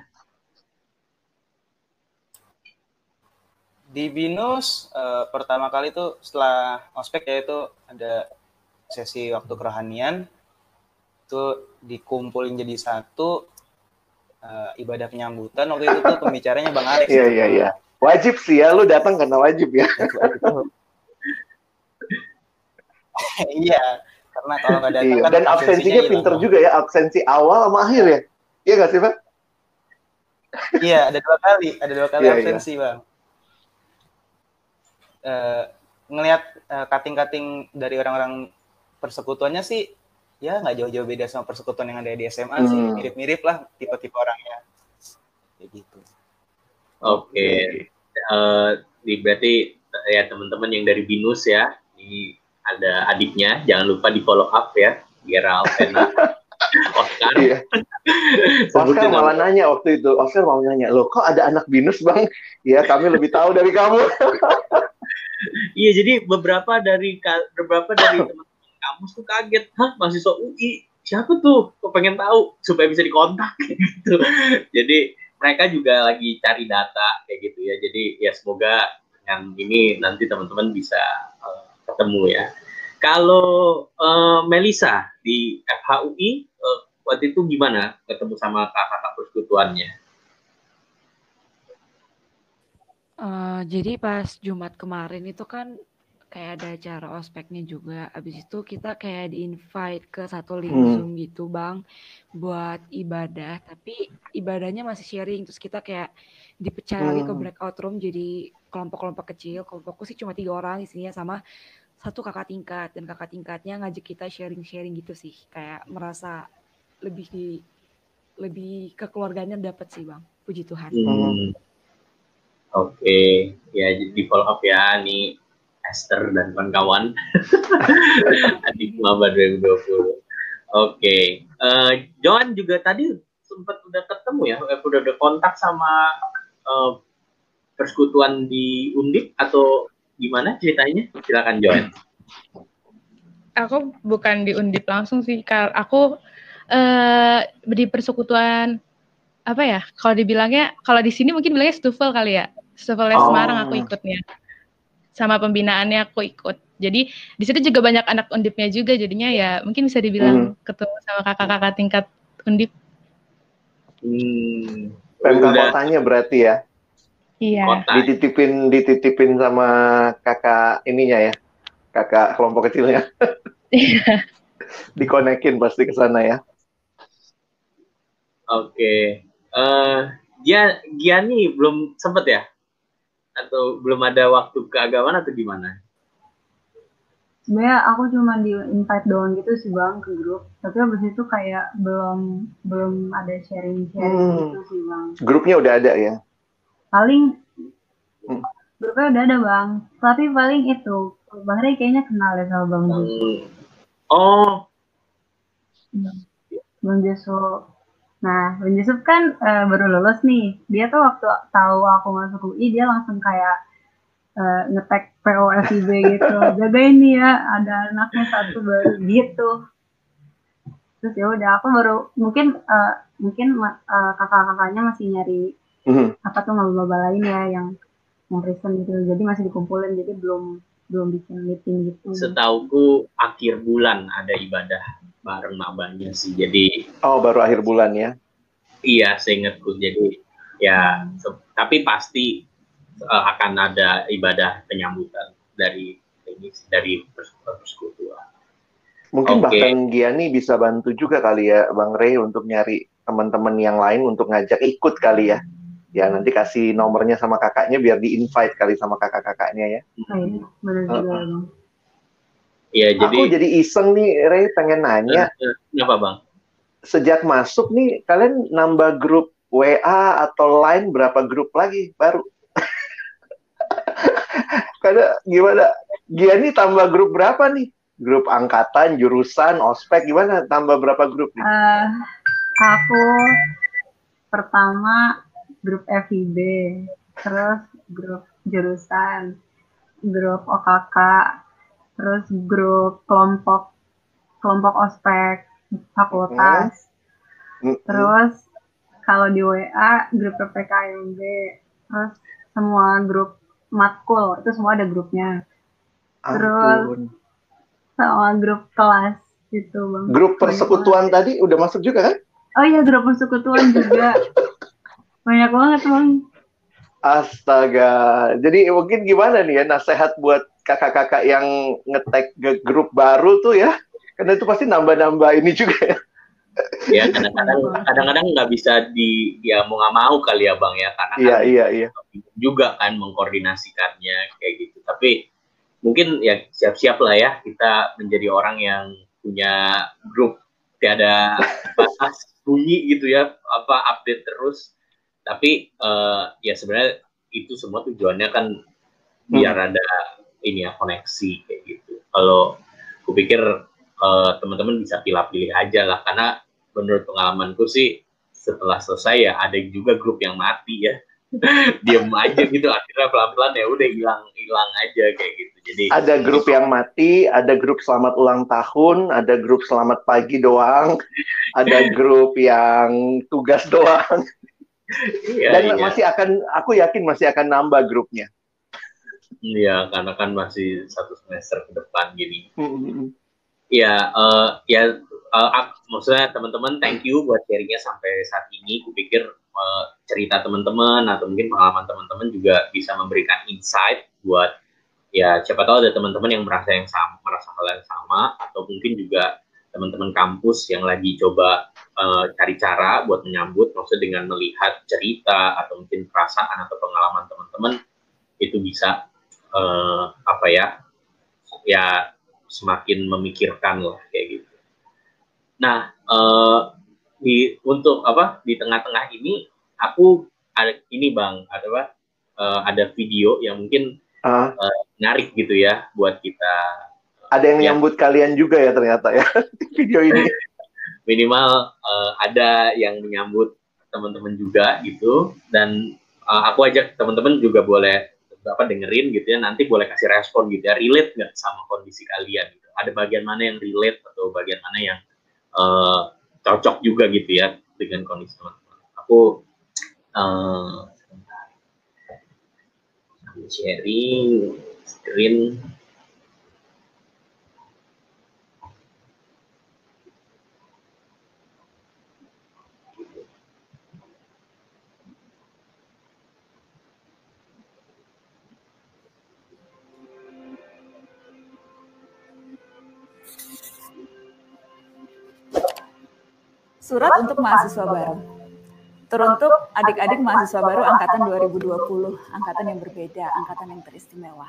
Di Binus uh, pertama kali itu setelah ospek ya itu ada sesi waktu kerohanian itu dikumpulin jadi satu uh, ibadah penyambutan. Waktu itu tuh pembicaranya Bang Alex. Iya iya iya. Wajib sih ya, lu datang karena wajib ya. Iya, karena kalau nggak datang iya. kan Dan absensinya pinter juga ya, absensi awal sama akhir ya. Iya nggak sih Pak? Iya, ada dua kali, ada dua kali iya, absensi iya. Bang. Uh, ngelihat uh, kating-kating dari orang-orang persekutuannya sih, ya nggak jauh-jauh beda sama persekutuan yang ada di S M A hmm. sih, mirip-mirip lah tipe-tipe orangnya, kayak gitu. Oke. Okay. Uh, di berarti ya teman-teman yang dari Binus ya, ini ada adiknya, jangan lupa di follow up ya, Gerald, Pena, Oscar. Iya. Oscar malah nanya waktu itu, Oscar mau nanya, loh kok ada anak Binus Bang? Ya kami lebih tahu dari kamu. Iya, jadi beberapa dari beberapa dari teman-teman kampus tuh kaget, hah mahasiswa U I, siapa tuh? Kok pengen tahu supaya bisa dikontak gitu. Jadi mereka juga lagi cari data kayak gitu ya. Jadi ya semoga dengan ini nanti teman-teman bisa uh, ketemu ya. Kalau uh, Melisa di F H U I uh, waktu itu gimana ketemu sama kakak-kakak persekutuannya? Uh, jadi pas Jumat kemarin itu kan kayak ada acara ospeknya juga. Abis itu kita kayak di-invite ke satu link hmm. Zoom gitu Bang, buat ibadah. Tapi ibadahnya masih sharing. Terus kita kayak dipecah hmm. lagi ke breakout room jadi kelompok-kelompok kecil. Kelompokku sih cuma tiga orang isinya sama satu kakak tingkat. Dan kakak tingkatnya ngajak kita sharing-sharing gitu sih. Kayak merasa lebih di lebih kekeluarganya dapat sih Bang. Puji Tuhan. Hmm. Oke, okay. Ya di follow up ya nih Esther dan kawan-kawan. Adik Maba dua ribu dua puluh. Oke, okay. uh, Joan juga tadi sempat udah ketemu ya, udah udah kontak sama uh, persekutuan di Undip atau gimana ceritanya? Silakan Joan. Aku bukan di Undip langsung sih, Kak. Aku uh, di persekutuan apa ya? Kalau dibilangnya, kalau di sini mungkin bilangnya Stufel kali ya. Stufel oh. Semarang aku ikutnya. Sama pembinaannya aku ikut. Jadi di situ juga banyak anak Undipnya juga, jadinya ya mungkin bisa dibilang hmm. ketemu sama kakak-kakak tingkat Undip. Hmm. Pemda kotanya berarti ya? Iya. Dititipin, dititipin sama kakak ininya ya, kakak kelompok kecilnya. Iya. Dikonekin pasti ke sana ya. Oke. Okay. Uh, dia Giani belum sempet ya? Atau belum ada waktu keagamaan atau gimana? Sebenarnya aku cuma di invite doang gitu sih Bang ke grup. Tapi abis itu kayak belum belum ada sharing-sharing hmm. gitu sih Bang. Grupnya udah ada ya? Paling hmm. grupnya udah ada Bang. Tapi paling itu Bang Rey kayaknya kenal ya sama Bang Joso. Hmm. Oh. Bang Joso. Nah, Bang Yusuf kan uh, baru lulus nih. Dia tuh waktu tahu aku masuk U I, dia langsung kayak uh, nge-tag P O F I B gitu. Jagain nih ya, ada anaknya satu baru gitu. Terus ya udah, aku baru mungkin uh, mungkin uh, kakak-kakaknya masih nyari mm-hmm. apa tuh maba-maba lain ya yang yang recent gitu. Jadi masih dikumpulin, jadi belum belum bikin meeting gitu. Setauku akhir bulan ada ibadah bareng mabanya sih, jadi oh baru akhir bulan ya? Iya, seingatku. Jadi ya, se- tapi pasti uh, akan ada ibadah penyambutan dari ini dari persekutuan. Mungkin okay. bahkan Giani bisa bantu juga kali ya, Bang Rey, untuk nyari teman-teman yang lain untuk ngajak ikut kali ya. Ya nanti kasih nomornya sama kakaknya biar di-invite kali sama kakak-kakaknya ya. Iya, benar juga. Uh-uh. Ya, jadi aku jadi iseng nih, Rey, pengen nanya. Kenapa, Bang? Sejak masuk nih, kalian nambah grup W A atau Line berapa grup lagi baru? Karena gimana? Giani tambah grup berapa nih? Grup angkatan, jurusan, ospek, gimana? Tambah berapa grup nih? Uh, aku pertama grup F I B, terus grup jurusan, grup O K K, terus grup kelompok kelompok ospek fakultas, Mm-hmm. terus kalau di W A grup P P K M B, terus semua grup matkul itu semua ada grupnya. Terus Ampun. sama grup kelas gitu bang. Grup persekutuan tadi udah masuk juga kan? Oh iya, grup persekutuan juga. Banyak banget bang. Astaga. Jadi mungkin gimana nih ya nasihat buat kakak-kakak yang nge-tag grup baru tuh ya? Karena itu pasti nambah-nambah ini juga ya. Ya kadang-kadang kadang-kadang nggak bisa di ya mau nggak mau kali ya bang ya, karena iya kan iya iya juga kan mengkoordinasikannya kayak gitu. Tapi mungkin ya siap-siap lah ya kita menjadi orang yang punya grup tiada batas bunyi gitu ya, apa update terus. Tapi uh, ya sebenarnya itu semua tujuannya kan biar hmm. ada ini ya koneksi kayak gitu. Kalau kupikir uh, teman-teman bisa pilih-pilih aja lah, karena menurut pengalamanku sih setelah selesai ya ada juga grup yang mati ya. Diam aja gitu, akhirnya pelan-pelan ya udah hilang hilang aja kayak gitu. Jadi ada grup yang mati, ada grup selamat ulang tahun, ada grup selamat pagi doang, ada grup yang tugas doang. Ya, dan iya. masih akan, aku yakin masih akan nambah grupnya. Iya, karena kan masih satu semester ke depan gini. Mm-hmm. Ya, uh, ya uh, maksudnya teman-teman thank you buat sharingnya sampai saat ini. Kupikir uh, cerita teman-teman atau mungkin pengalaman teman-teman juga bisa memberikan insight buat ya siapa tahu ada teman-teman yang merasa yang sama, merasa hal yang sama, atau mungkin juga teman-teman kampus yang lagi coba uh, cari cara buat menyambut, maksudnya dengan melihat cerita atau mungkin perasaan atau pengalaman teman-teman itu bisa uh, apa ya ya semakin memikirkan lah kayak gitu. Nah, uh, di untuk apa di tengah-tengah ini aku ada ini bang, ada apa? Uh, ada video yang mungkin uh. Uh, menarik gitu ya buat kita. Ada yang ya. Nyambut kalian juga ya ternyata ya video ini. Minimal uh, ada yang menyambut teman-teman juga gitu, dan uh, aku ajak teman-teman juga boleh apa dengerin gitu ya, nanti boleh kasih respon gitu ya, relate nggak sama kondisi kalian gitu. Ada bagian mana yang relate atau bagian mana yang uh, cocok juga gitu ya dengan kondisi teman-teman. Aku uh, sharing screen. Surat untuk mahasiswa baru. Teruntuk adik-adik mahasiswa baru angkatan dua ribu dua puluh, angkatan yang berbeda, angkatan yang teristimewa.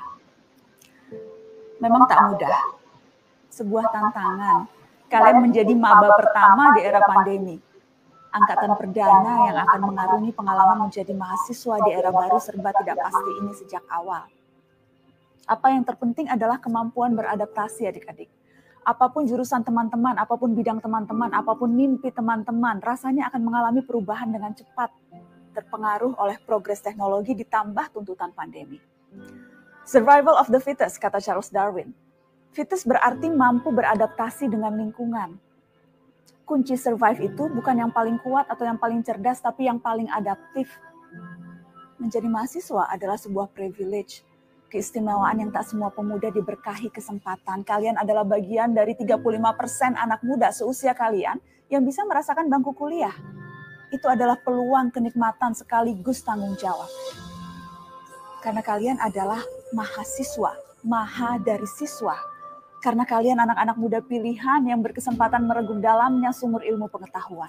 Memang tak mudah. Sebuah tantangan. Kalian menjadi maba pertama di era pandemi. Angkatan perdana yang akan mengarungi pengalaman menjadi mahasiswa di era baru serba tidak pasti ini sejak awal. Apa yang terpenting adalah kemampuan beradaptasi adik-adik. Apapun jurusan teman-teman, apapun bidang teman-teman, apapun mimpi teman-teman, rasanya akan mengalami perubahan dengan cepat, terpengaruh oleh progres teknologi ditambah tuntutan pandemi. Survival of the fittest, kata Charles Darwin. Fittest berarti mampu beradaptasi dengan lingkungan. Kunci survive itu bukan yang paling kuat atau yang paling cerdas, tapi yang paling adaptif. Menjadi mahasiswa adalah sebuah privilege, keistimewaan yang tak semua pemuda diberkahi kesempatan. Kalian adalah bagian dari tiga puluh lima persen anak muda seusia kalian yang bisa merasakan bangku kuliah. Itu adalah peluang, kenikmatan sekaligus tanggung jawab. Karena kalian adalah mahasiswa, maha dari siswa. Karena kalian anak-anak muda pilihan yang berkesempatan mereguk dalamnya sumur ilmu pengetahuan.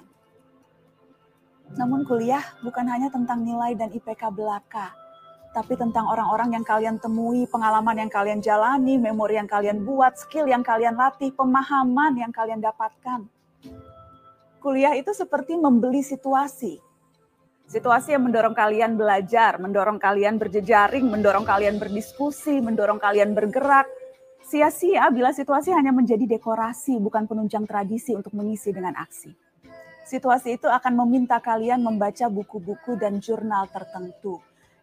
Namun kuliah bukan hanya tentang nilai dan I P K belaka, tapi tentang orang-orang yang kalian temui, pengalaman yang kalian jalani, memori yang kalian buat, skill yang kalian latih, pemahaman yang kalian dapatkan. Kuliah itu seperti membeli situasi. Situasi yang mendorong kalian belajar, mendorong kalian berjejaring, mendorong kalian berdiskusi, mendorong kalian bergerak. Sia-sia bila situasi hanya menjadi dekorasi, bukan penunjang tradisi untuk mengisi dengan aksi. Situasi itu akan meminta kalian membaca buku-buku dan jurnal tertentu.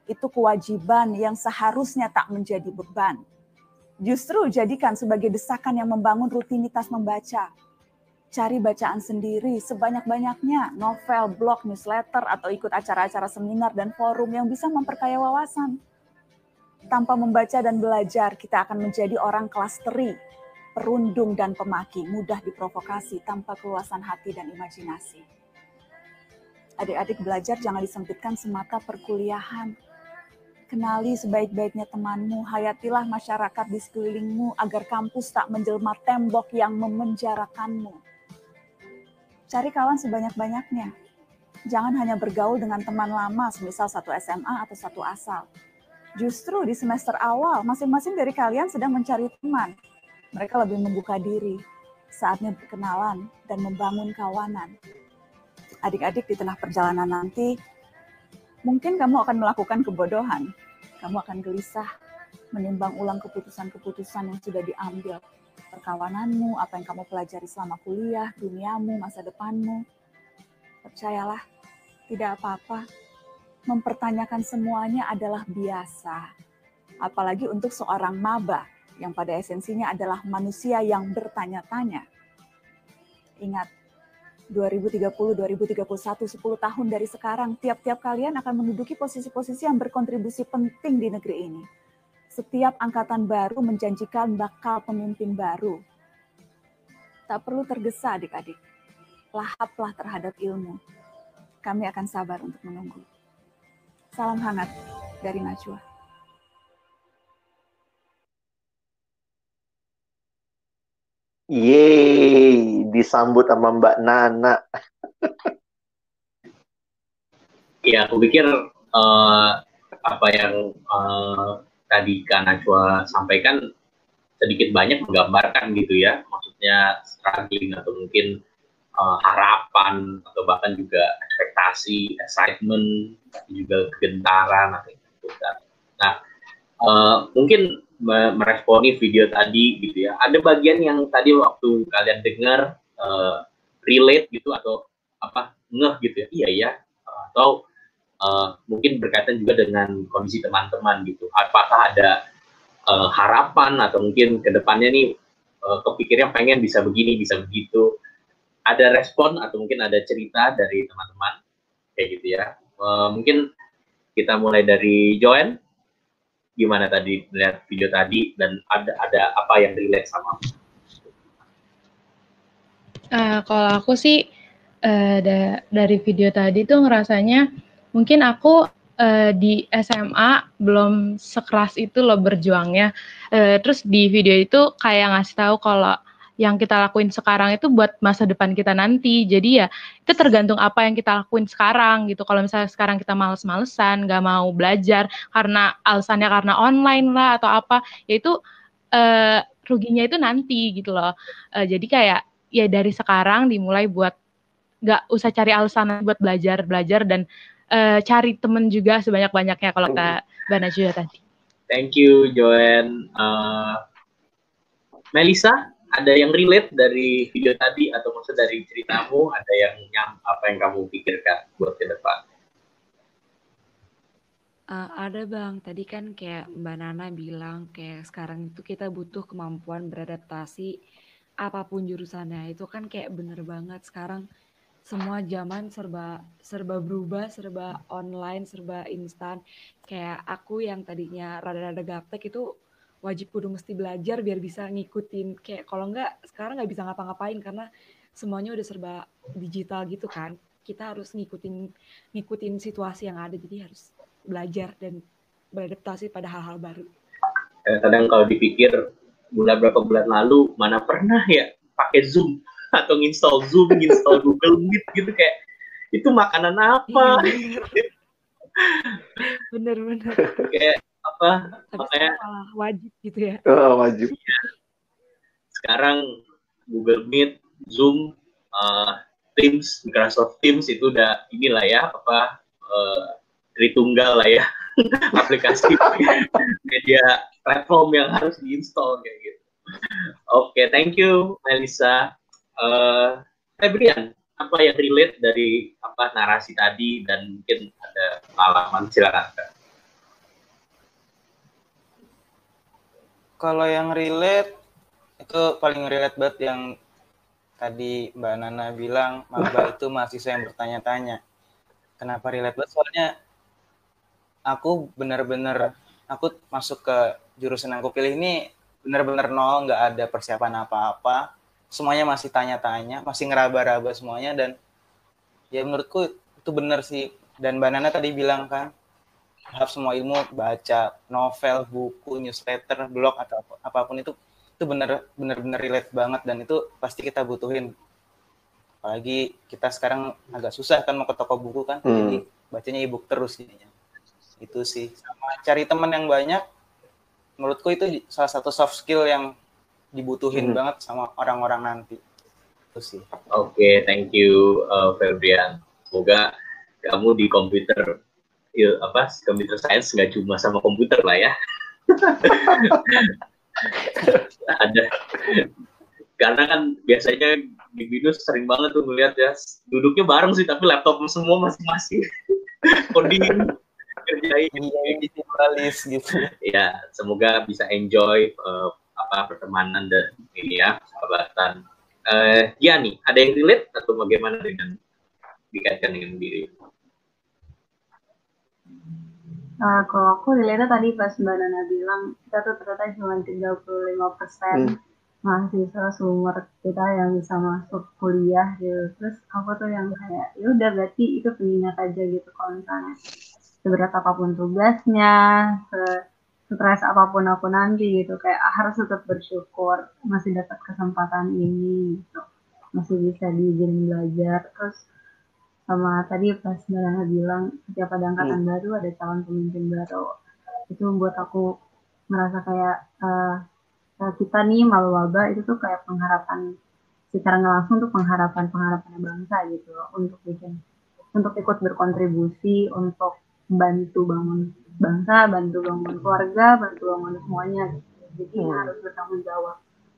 Itu kewajiban yang seharusnya tak menjadi beban. Justru jadikan sebagai desakan yang membangun rutinitas membaca. Cari bacaan sendiri sebanyak-banyaknya, novel, blog, newsletter, atau ikut acara-acara seminar dan forum yang bisa memperkaya wawasan. Tanpa membaca dan belajar, kita akan menjadi orang kelas teri, perundung dan pemaki, mudah diprovokasi tanpa keluasan hati dan imajinasi. Adik-adik belajar jangan disempitkan semata perkuliahan. Kenali sebaik-baiknya temanmu, hayatilah masyarakat di sekelilingmu agar kampus tak menjelma tembok yang memenjarakanmu. Cari kawan sebanyak-banyaknya. Jangan hanya bergaul dengan teman lama, semisal satu S M A atau satu asal. Justru di semester awal, masing-masing dari kalian sedang mencari teman. Mereka lebih membuka diri, saatnya berkenalan dan membangun kawanan. Adik-adik di tengah perjalanan nanti, mungkin kamu akan melakukan kebodohan. Kamu akan gelisah, menimbang ulang keputusan-keputusan yang sudah diambil. Perkawananmu, apa yang kamu pelajari selama kuliah, duniamu, masa depanmu. Percayalah, tidak apa-apa. Mempertanyakan semuanya adalah biasa. Apalagi untuk seorang maba, yang pada esensinya adalah manusia yang bertanya-tanya. Ingat, dua ribu tiga puluh sampai dua ribu tiga puluh satu, sepuluh tahun dari sekarang, tiap-tiap kalian akan menduduki posisi-posisi yang berkontribusi penting di negeri ini. Setiap angkatan baru menjanjikan bakal pemimpin baru. Tak perlu tergesa adik-adik. Lahaplah terhadap ilmu. Kami akan sabar untuk menunggu. Salam hangat dari Najwa. Yeay, disambut sama Mbak Nana. Ya, aku pikir uh, apa yang uh, tadi Kak Najwa sampaikan sedikit banyak menggambarkan gitu ya, maksudnya struggling atau mungkin uh, harapan atau bahkan juga ekspektasi, excitement, juga kegentaran atau gitu kan. Nah, uh, mungkin meresponi video tadi gitu ya. Ada bagian yang tadi waktu kalian dengar uh, relate gitu atau apa ngeh gitu ya. Iya ya. Uh, atau uh, mungkin berkaitan juga dengan kondisi teman-teman gitu. Apakah ada uh, harapan atau mungkin kedepannya nih uh, kepikirnya pengen bisa begini, bisa begitu. Ada respon atau mungkin ada cerita dari teman-teman kayak gitu ya. Uh, mungkin kita mulai dari Joanne. Gimana tadi melihat video tadi dan ada ada apa yang relate sama? Uh, kalau aku sih uh, da dari video tadi tuh ngerasanya mungkin aku uh, di S M A belum sekeras itu loh berjuangnya. Uh, terus di video itu kayak ngasih tahu kalau yang kita lakuin sekarang itu buat masa depan kita nanti. Jadi ya itu tergantung apa yang kita lakuin sekarang gitu. Kalau misalnya sekarang kita males-malesan, gak mau belajar karena alasannya karena online lah atau apa, ya itu uh, ruginya itu nanti gitu loh. Uh, jadi kayak ya dari sekarang dimulai buat gak usah cari alasan buat belajar-belajar dan uh, cari temen juga sebanyak-banyaknya kalau kata Mbak Najwa tadi. Thank you Joanne. Uh, Melisa? Ada yang relate dari video tadi atau maksud dari ceritamu, ada yang nyam, apa yang kamu pikirkan buat ke depan? Uh, ada Bang, tadi kan kayak Mbak Nana bilang kayak sekarang itu kita butuh kemampuan beradaptasi apapun jurusannya. Itu kan kayak bener banget sekarang semua zaman serba serba berubah, serba online, serba instan. Kayak aku yang tadinya rada-rada gaptek itu wajib kudu mesti belajar biar bisa ngikutin, kayak kalau enggak sekarang nggak bisa ngapa-ngapain karena semuanya udah serba digital gitu kan. Kita harus ngikutin ngikutin situasi yang ada, jadi harus belajar dan beradaptasi pada hal-hal baru. Kadang kalau dipikir bulan berapa bulan lalu mana pernah ya pakai Zoom atau nginstall Zoom, nginstall Google Meet gitu, kayak itu makanan apa? Bener-bener. Kayak apa? Tapi makanya malah wajib gitu ya. Oh, wajib. Sekarang Google Meet, Zoom, uh, Teams, Microsoft Teams itu udah inilah ya apa uh, Tritunggal lah ya aplikasi media platform yang harus diinstal kayak gitu. Oke, okay, thank you Melisa. Uh, Febrian, apa yang relate dari apa narasi tadi dan mungkin ada pengalaman, silakan. Kalau yang relate itu paling relate banget yang tadi Mbak Nana bilang maba itu mahasiswa yang bertanya-tanya. Kenapa relate banget? Soalnya aku benar-benar aku masuk ke jurusan yang aku pilih ini benar-benar nol, nggak ada persiapan apa-apa. Semuanya masih tanya-tanya, masih ngeraba-raba semuanya, dan ya menurutku itu benar sih. Dan Mbak Nana tadi bilang kan, harus semua ilmu, baca novel, buku, newsletter, blog, atau ap- apapun itu, itu benar benar relate banget, dan itu pasti kita butuhin. Apalagi kita sekarang agak susah kan mau ke toko buku kan, Hmm. jadi bacanya e-book terus jadinya. Itu sih. Sama cari teman yang banyak, menurutku itu salah satu soft skill yang dibutuhin Hmm. banget sama orang-orang nanti. Itu sih. Oke, thank you uh, Febrian. Semoga kamu di komputer il, apa computer science nggak cuma sama komputer lah ya. Ada, karena kan biasanya di Binus sering banget tuh ngeliat ya, duduknya bareng sih tapi laptop semua masing-masing. Coding, kerjain. Iya, digitalis gitu. Ya, semoga bisa enjoy uh, apa pertemanan dan ini ya, sahabatan. Uh, ya nih, ada yang relate atau bagaimana dengan dikaitkan dengan diri? Uh, kalau aku relate tadi pas Mbak Nana bilang kita tuh ternyata cuma tiga puluh lima persen Hmm. mahasiswa seumur kita yang bisa masuk kuliah gitu. Terus aku tuh yang kayak ya udah berarti itu pengingat aja gitu, kalau misalnya seberat apapun tugasnya, se- stres apapun aku nanti gitu, kayak harus tetap bersyukur masih dapat kesempatan ini gitu. Masih bisa diizinin belajar. Terus sama tadi pas Mbak Nana bilang setiap ada angkatan Hmm. baru ada calon pemimpin baru, itu membuat aku merasa kayak uh, kita nih Malwaba itu tuh kayak pengharapan secara nggak langsung tuh pengharapan pengharapan bangsa gitu loh, untuk bikin untuk ikut berkontribusi untuk bantu bangun bangsa, bantu bangun keluarga, bantu bangun semuanya gitu. Jadi Hmm. harus bertanggung jawab.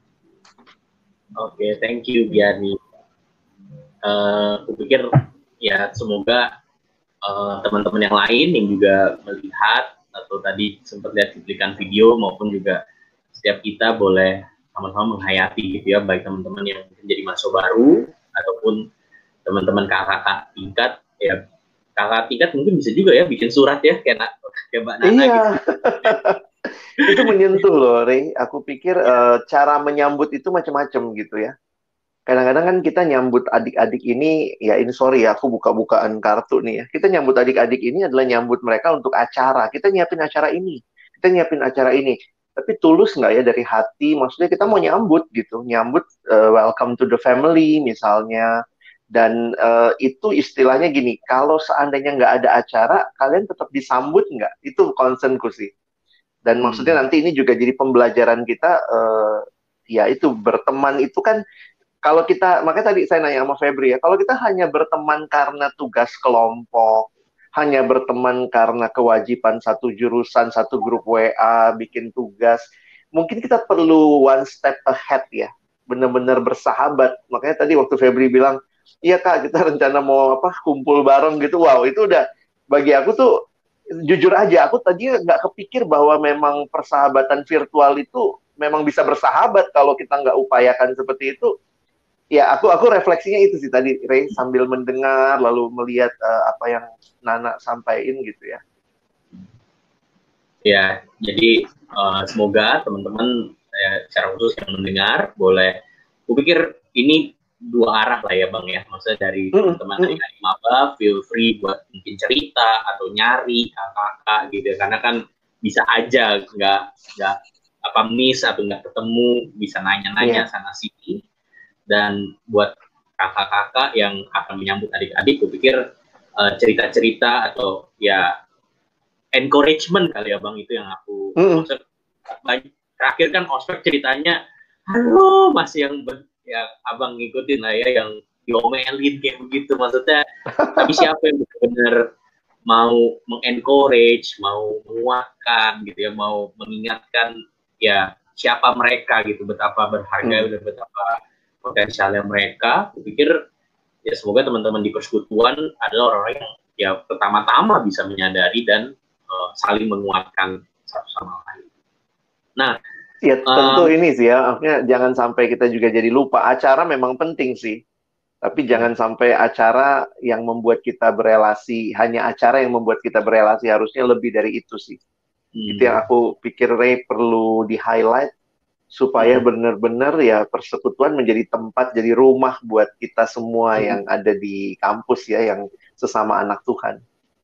Oke, thank you Giani. Uh, aku pikir ya semoga uh, teman-teman yang lain yang juga melihat atau tadi sempat lihat cuplikan video maupun juga setiap kita boleh sama-sama menghayati gitu ya, baik teman-teman yang menjadi mahasiswa baru ataupun teman-teman kakak tingkat ya, kakak tingkat mungkin bisa juga ya bikin surat ya kayak, kayak Mbak Nana Iya. gitu. Itu menyentuh loh, Rey. Aku pikir uh, cara menyambut itu macam-macam gitu ya. Kadang-kadang kan kita nyambut adik-adik ini, ya ini sorry ya, aku buka-bukaan kartu nih ya. Kita nyambut adik-adik ini adalah nyambut mereka untuk acara. Kita nyiapin acara ini, kita nyiapin acara ini. Tapi tulus nggak ya dari hati? Maksudnya kita mau nyambut gitu, nyambut uh, welcome to the family misalnya. Dan uh, itu istilahnya gini, kalau seandainya nggak ada acara, kalian tetap disambut nggak? Itu concernku sih. Dan Hmm. maksudnya nanti ini juga jadi pembelajaran kita, uh, ya itu berteman itu kan, kalau kita, makanya tadi saya nanya sama Febri ya, kalau kita hanya berteman karena tugas kelompok, hanya berteman karena kewajiban satu jurusan, satu grup W A, bikin tugas, mungkin kita perlu one step ahead ya, benar-benar bersahabat. Makanya tadi waktu Febri bilang, iya Kak, kita rencana mau apa kumpul bareng gitu, wow, itu udah, bagi aku tuh, jujur aja, aku tadi nggak kepikir bahwa memang persahabatan virtual itu memang bisa bersahabat kalau kita nggak upayakan seperti itu. Ya, aku aku refleksinya itu sih tadi, Ray, sambil mendengar lalu melihat uh, apa yang Nana sampaikan gitu ya. Ya, jadi uh, semoga teman-teman ya, secara khusus yang mendengar boleh, aku pikir ini dua arah lah ya Bang ya, maksudnya dari Mm-mm. teman-teman adik-adik maba, feel free buat mungkin cerita atau nyari kakak-kakak gitu ya, karena kan bisa aja nggak nggak apa miss atau nggak ketemu, bisa nanya-nanya Yeah. sana sini. Dan buat kakak-kakak yang akan menyambut adik-adik, aku pikir uh, cerita-cerita atau ya encouragement kali ya Bang, itu yang aku Mm-mm. maksud. Terakhir kan ospek ceritanya, halo masih yang ya Abang ngikutin lah ya, yang diomelin kayak begitu, maksudnya. Tapi siapa yang benar-benar mau mengencourage, mau menguatkan gitu ya, mau mengingatkan ya siapa mereka gitu, betapa berharga dan betapa potensialnya mereka. Aku pikir ya semoga teman-teman di persekutuan adalah orang-orang yang ya pertama-tama bisa menyadari dan uh, saling menguatkan satu sama lain. Nah, Ya tentu Um, ini sih ya, maksudnya jangan sampai kita juga jadi lupa. Acara memang penting sih, tapi jangan sampai acara yang membuat kita berelasi, hanya acara yang membuat kita berelasi, harusnya lebih dari itu sih. Itu yang hmm, aku pikir Ray perlu di-highlight, supaya hmm, benar-benar ya persekutuan menjadi tempat, jadi rumah buat kita semua hmm. yang ada di kampus ya, yang sesama anak Tuhan.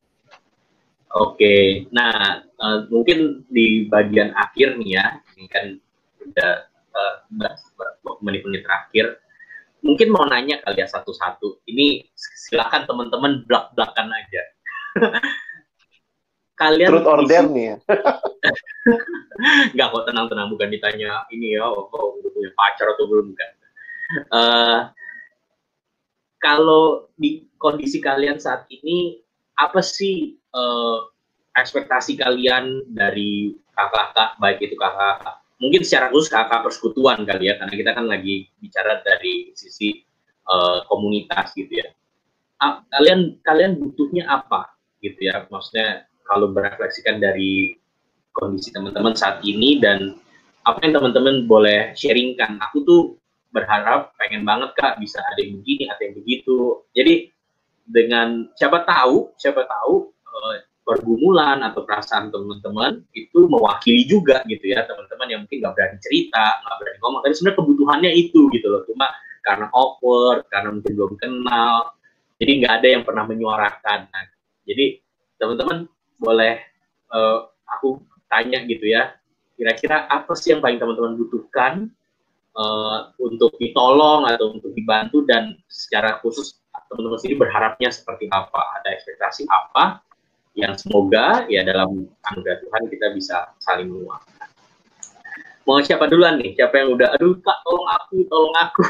Oke, nah uh, mungkin di bagian akhir nih ya, ini kan udah uh, menit-menit terakhir, mungkin mau nanya kali ya satu-satu. Ini silakan teman-teman blak-blakan aja. Kalian Truth or isi, dare nih ya. nggak kok, tenang-tenang, bukan ditanya ini ya, oh, oh udah punya pacar atau belum, kan? Uh, kalau di kondisi kalian saat ini, apa sih uh, ekspektasi kalian dari kakak-kakak, baik itu kakak, mungkin secara khusus kakak persekutuan kali ya, karena kita kan lagi bicara dari sisi uh, komunitas gitu ya. A- kalian kalian butuhnya apa gitu ya, maksudnya kalau berefleksikan dari kondisi teman-teman saat ini dan apa yang teman-teman boleh sharingkan. Aku tuh berharap, pengen banget Kak bisa ada yang begini, ada yang begitu. Jadi dengan siapa tahu, siapa tahu eh, pergumulan atau perasaan teman-teman itu mewakili juga gitu ya, teman-teman yang mungkin nggak berani cerita, nggak berani ngomong, tapi sebenarnya kebutuhannya itu gitu loh, cuma karena awkward, karena mungkin belum kenal, jadi nggak ada yang pernah menyuarakan. Nah, jadi teman-teman boleh eh, aku tanya gitu ya, kira-kira apa sih yang paling teman-teman butuhkan uh, untuk ditolong atau untuk dibantu, dan secara khusus teman-teman sendiri berharapnya seperti apa, ada ekspektasi apa yang semoga ya dalam anugerah Tuhan kita bisa saling menguatkan. Mau siapa duluan nih? Siapa yang udah, aduh Kak tolong aku, tolong aku.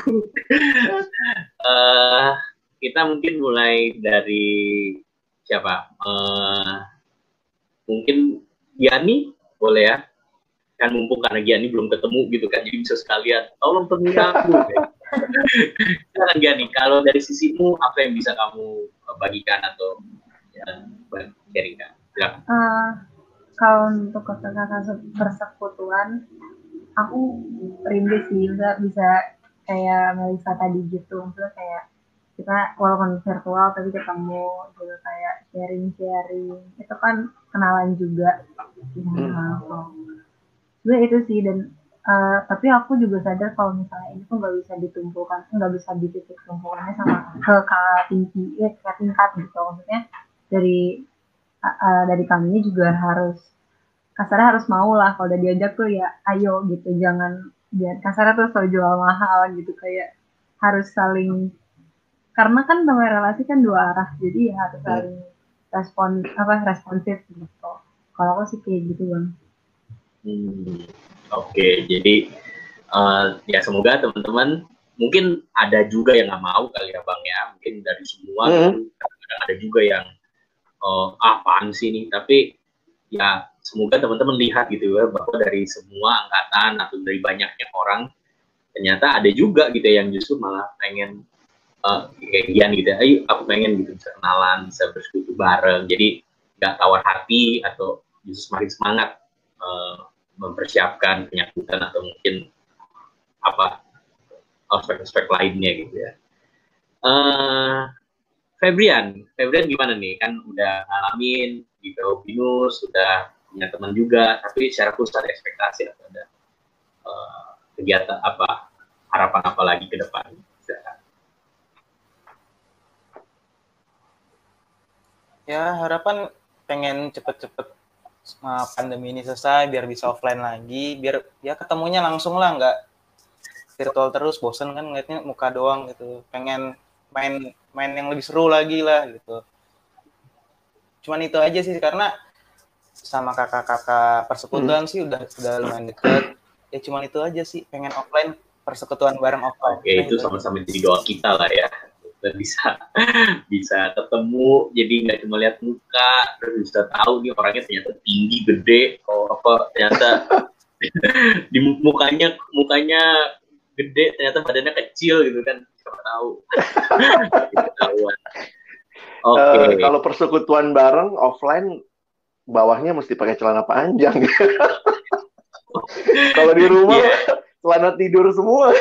uh, kita mungkin mulai dari siapa? Uh, mungkin Yani boleh ya? Kan mumpung karena Gianni belum ketemu gitu kan, jadi bisa sekalian tolong temui aku. Silakan Gianni, kalau dari sisimu apa yang bisa kamu bagikan atau ya, sharingkan? Ya. Uh, kalau untuk kakak-kakak persekutuan, aku rindu sih bisa bisa kayak Melisa tadi gitu, maksudnya kayak kita walaupun virtual tapi ketemu gitu, kayak sharing-sharing, itu kan kenalan juga. Nah, gue itu sih, dan uh, tapi aku juga sadar kalau misalnya ini tuh nggak bisa ditumpulkan, nggak bisa dititik tumpukannya sama ke kakak tinggi, ya, ke tingkat gitu, maksudnya dari uh, dari kami juga harus kasarnya harus mau lah, kalau udah diajak tuh ya ayo gitu, jangan jangan kasarnya tuh soal jual mahal gitu, kayak harus saling, karena kan namanya relasi kan dua arah, jadi ya harus saling respon apa responsif gitu. Kalau aku sih kayak gitu Bang. Hmm, Oke, okay. Jadi uh, ya semoga teman-teman, mungkin ada juga yang nggak mau kali ya Bang ya, mungkin dari semua hmm. kadang-kadang ada juga yang uh, apaan sih nih, tapi ya semoga teman-teman lihat gitu ya, bahwa dari semua angkatan atau dari banyaknya orang, ternyata ada juga gitu yang justru malah pengen uh, kayak Gian gitu, ayo aku pengen gitu bisa kenalan, bisa bersekutu bareng, jadi nggak tawar hati atau justru semakin semangat uh, mempersiapkan penyambutan atau mungkin apa aspek-aspek lainnya gitu ya. Uh, Febrian, Febrian gimana nih? Kan udah ngalamin di P O Binus, udah punya teman juga, tapi secara khusus ada ekspektasi atau ada uh, kegiatan apa, harapan apa lagi ke depan? Ya harapan pengen cepet-cepet pandemi ini selesai biar bisa offline lagi, biar ya ketemunya langsung lah, nggak virtual terus, bosen kan ngeliatnya muka doang gitu, pengen main main yang lebih seru lagi lah gitu. Cuman itu aja sih, karena sama kakak-kakak persekutuan hmm. sih udah udah lumayan deket ya, cuman itu aja sih, pengen offline, persekutuan bareng offline. Oke, nah, itu sama-sama jadi doa kita lah ya, kita bisa bisa ketemu, jadi nggak cuma lihat muka, terus bisa tahu nih orangnya ternyata tinggi, gede, oh apa ternyata di mukanya mukanya gede, ternyata badannya kecil gitu kan, siapa tahu. Ketahuan. Oke. Okay. Uh, kalau persekutuan bareng offline, bawahnya mesti pakai celana panjang. Kalau di rumah yeah. celana tidur semua.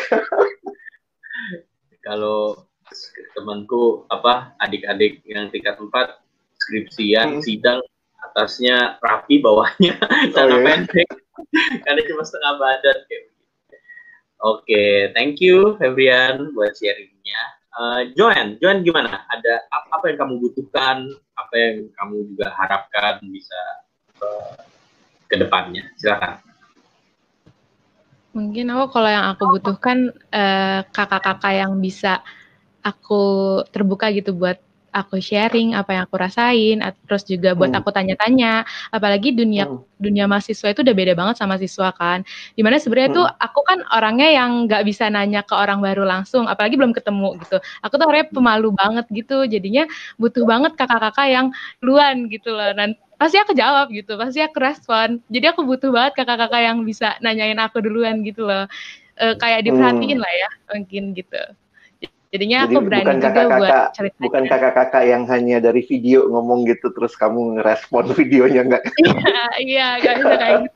Kalau temanku apa adik-adik yang tingkat empat skripsian hmm. sidang atasnya rapi bawahnya celana oh, iya. pendek karena cuma setengah badan kayak gitu. Oke, okay, thank you Febrian buat sharingnya. Uh, Joan, Joan gimana? Ada apa, apa yang kamu butuhkan? Apa yang kamu juga harapkan bisa uh, ke depannya? Silakan. Mungkin aku kalau yang aku butuhkan uh, kakak-kakak yang bisa aku terbuka gitu buat aku sharing apa yang aku rasain, terus juga buat hmm. aku tanya-tanya. Apalagi dunia hmm. dunia mahasiswa itu udah beda banget sama siswa kan. Dimana sebenarnya hmm. tuh aku kan orangnya yang nggak bisa nanya ke orang baru langsung, apalagi belum ketemu gitu. Aku tuh orangnya pemalu banget gitu. Jadinya butuh banget kakak-kakak yang duluan gitu loh. Dan pasti aku jawab gitu, pasti aku respon. Jadi aku butuh banget kakak-kakak yang bisa nanyain aku duluan gitu loh. E, kayak diperhatiin hmm. lah ya, mungkin gitu. Jadinya Jadi aku berani bukan juga kakak-kakak, buat cerita. Bukan kakak-kakak yang hanya dari video ngomong gitu, terus kamu ngerespon videonya nggak? Iya, iya, nggak bisa kayak gitu.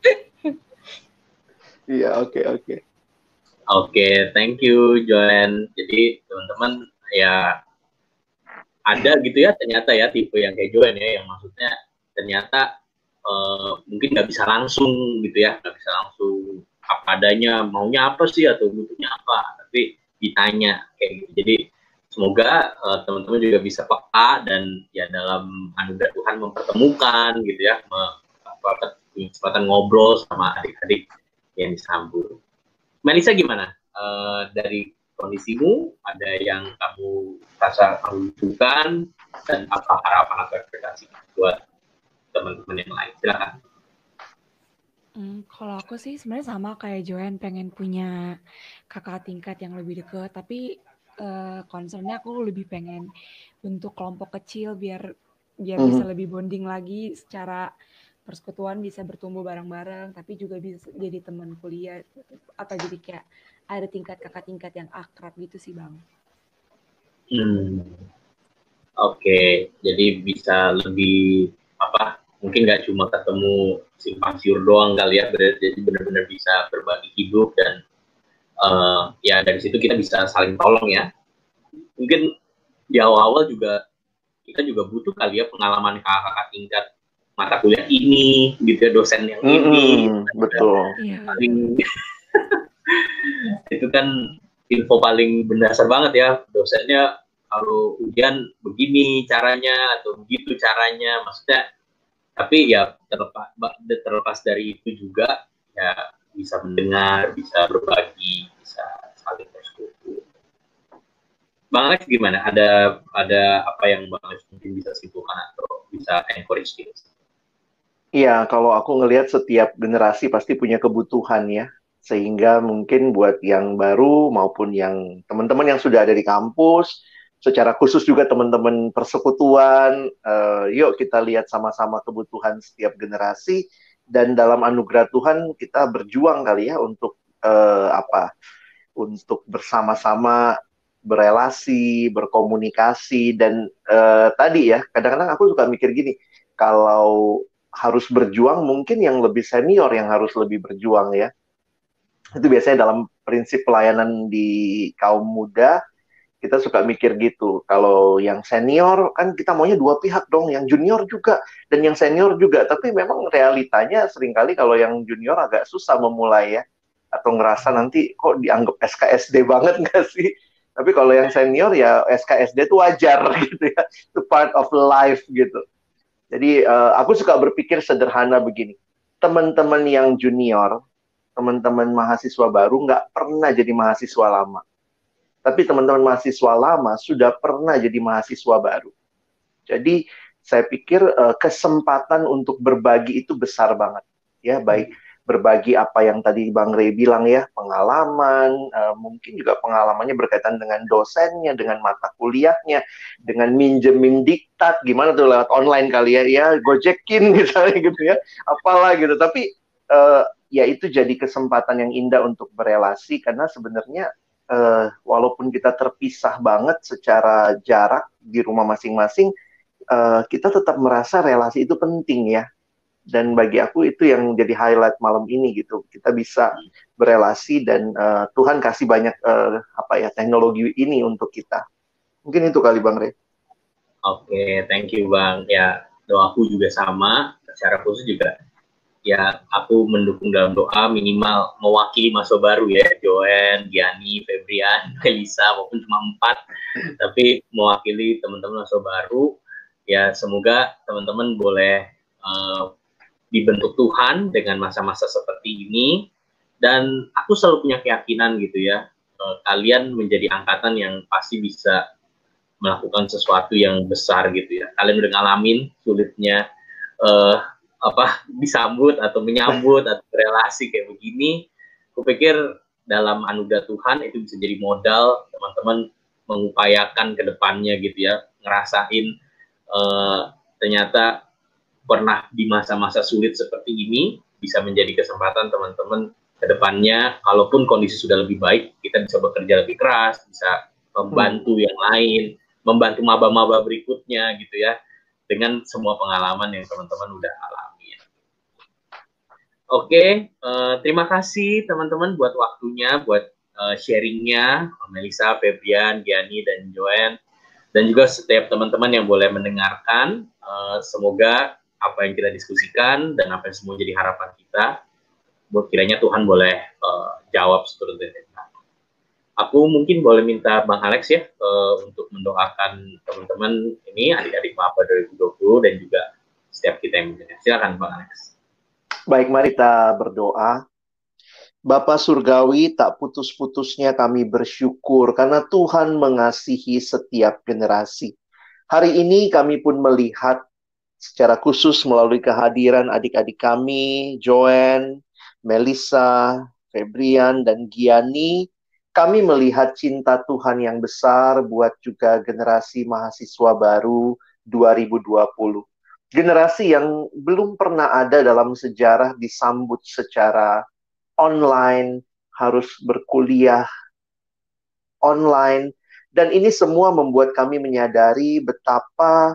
Iya, oke, oke. Oke, thank you, Joan. Jadi, teman-teman, ya, ada gitu ya, ternyata ya, tipe yang kayak Joan ya, yang maksudnya ternyata uh, mungkin nggak bisa langsung gitu ya, nggak bisa langsung apa adanya, maunya apa sih, atau butuhnya apa, tapi ditanya kayak gitu. Jadi semoga uh, teman-teman juga bisa peka dan ya dalam anugerah Tuhan mempertemukan gitu ya, apa, kesempatan ngobrol sama adik-adik yang disambut. Melisa gimana? Uh, dari kondisimu ada yang kamu rasa kamu butuhkan dan apa harapan atau ekspektasi buat teman-teman yang lain? Silakan. Hmm, kalau aku sih sebenarnya sama kayak Joan, pengen punya kakak tingkat yang lebih dekat, tapi uh, concernnya aku lebih pengen untuk kelompok kecil biar biar mm-hmm. bisa lebih bonding lagi secara persekutuan, bisa bertumbuh bareng-bareng, tapi juga bisa jadi teman kuliah atau jadi kayak ada tingkat kakak tingkat yang akrab gitu sih Bang. Hmm. Oke, okay. Jadi bisa lebih apa? Mungkin nggak cuma ketemu simpang siur doang kali ya, jadi benar-benar bisa berbagi hidup dan uh, ya dari situ kita bisa saling tolong ya. Mungkin di awal-awal juga kita juga butuh kali ya pengalaman kakak-kakak tingkat mata kuliah ini, gitu ya, dosen yang mm-hmm, ini. Betul. Paling, itu kan info paling berdasar banget ya, dosennya kalau ujian begini caranya atau begitu caranya, maksudnya. Tapi ya terlepas, terlepas dari itu juga ya bisa mendengar, bisa berbagi, bisa saling bersekutu. Bang Alex gimana? Ada ada apa yang Bang Alex mungkin bisa simpulkan atau bisa encourage kita? Iya, kalau aku ngelihat setiap generasi pasti punya kebutuhan ya, sehingga mungkin buat yang baru maupun yang teman-teman yang sudah ada di kampus, secara khusus juga teman-teman persekutuan, uh, yuk kita lihat sama-sama kebutuhan setiap generasi, dan dalam anugerah Tuhan kita berjuang kali ya untuk uh, apa? Untuk bersama-sama berelasi, berkomunikasi, dan uh, tadi ya, kadang-kadang aku suka mikir gini, kalau harus berjuang, mungkin yang lebih senior yang harus lebih berjuang ya. Itu biasanya dalam prinsip pelayanan di kaum muda, kita suka mikir gitu, kalau yang senior kan kita maunya dua pihak dong, yang junior juga dan yang senior juga, tapi memang realitanya seringkali kalau yang junior agak susah memulai ya, atau ngerasa nanti kok dianggap S K S D banget nggak sih, tapi kalau yang senior ya S K S D itu wajar gitu ya, itu part of life gitu. Jadi uh, aku suka berpikir sederhana begini, teman-teman yang junior, teman-teman mahasiswa baru nggak pernah jadi mahasiswa lama. Tapi teman-teman mahasiswa lama sudah pernah jadi mahasiswa baru. Jadi saya pikir uh, kesempatan untuk berbagi itu besar banget. Ya, baik berbagi apa yang tadi Bang Rey bilang ya, pengalaman, uh, mungkin juga pengalamannya berkaitan dengan dosennya, dengan mata kuliahnya, dengan minjemin diktat, gimana tuh lewat online kali ya, ya gojekin misalnya gitu ya, apalah gitu. Tapi uh, ya itu jadi kesempatan yang indah untuk berelasi, karena sebenarnya Uh, walaupun kita terpisah banget secara jarak di rumah masing-masing, uh, kita tetap merasa relasi itu penting ya. Dan bagi aku itu yang jadi highlight malam ini gitu. Kita bisa berelasi dan uh, Tuhan kasih banyak uh, apa ya teknologi ini untuk kita. Mungkin itu kali Bang Rey. Oke, okay, thank you Bang. Ya, doaku juga sama. Secara khusus juga, ya aku mendukung dalam doa minimal mewakili mahasiswa baru ya, Joen, Gianni, Febrian, Melisa, maupun cuma empat. Tapi mewakili teman-teman mahasiswa baru, ya semoga teman-teman boleh uh, dibentuk Tuhan dengan masa-masa seperti ini, dan aku selalu punya keyakinan gitu ya, eh, kalian menjadi angkatan yang pasti bisa melakukan sesuatu yang besar gitu ya. Kalian udah ngalamin sulitnya eh, apa disambut atau menyambut atau relasi kayak begini. Aku pikir dalam anugerah Tuhan itu bisa jadi modal teman-teman mengupayakan ke depannya gitu ya, ngerasain eh, ternyata pernah di masa-masa sulit seperti ini, bisa menjadi kesempatan teman-teman ke depannya, kalaupun kondisi sudah lebih baik, kita bisa bekerja lebih keras, bisa membantu hmm. yang lain, membantu maba-maba berikutnya gitu ya, dengan semua pengalaman yang teman-teman udah alami. Oke, uh, terima kasih teman-teman buat waktunya, buat uh, sharingnya, Melisa, Febrian, Gianni, dan Joen, dan juga setiap teman-teman yang boleh mendengarkan. Uh, semoga apa yang kita diskusikan dan apa yang semua jadi harapan kita, buat kiranya Tuhan boleh uh, jawab seperti itu. Aku mungkin boleh minta Bang Alex ya uh, untuk mendoakan teman-teman ini, adik-adik Maba dua ribu dua puluh dan juga setiap kita yang mendengar. Silakan Bang Alex. Baik, mari kita berdoa. Bapa Surgawi, tak putus-putusnya kami bersyukur karena Tuhan mengasihi setiap generasi. Hari ini kami pun melihat secara khusus melalui kehadiran adik-adik kami, Joen, Melisa, Febrian, dan Gianni, kami melihat cinta Tuhan yang besar buat juga generasi mahasiswa baru dua ribu dua puluh. Generasi yang belum pernah ada dalam sejarah disambut secara online, harus berkuliah online, dan ini semua membuat kami menyadari betapa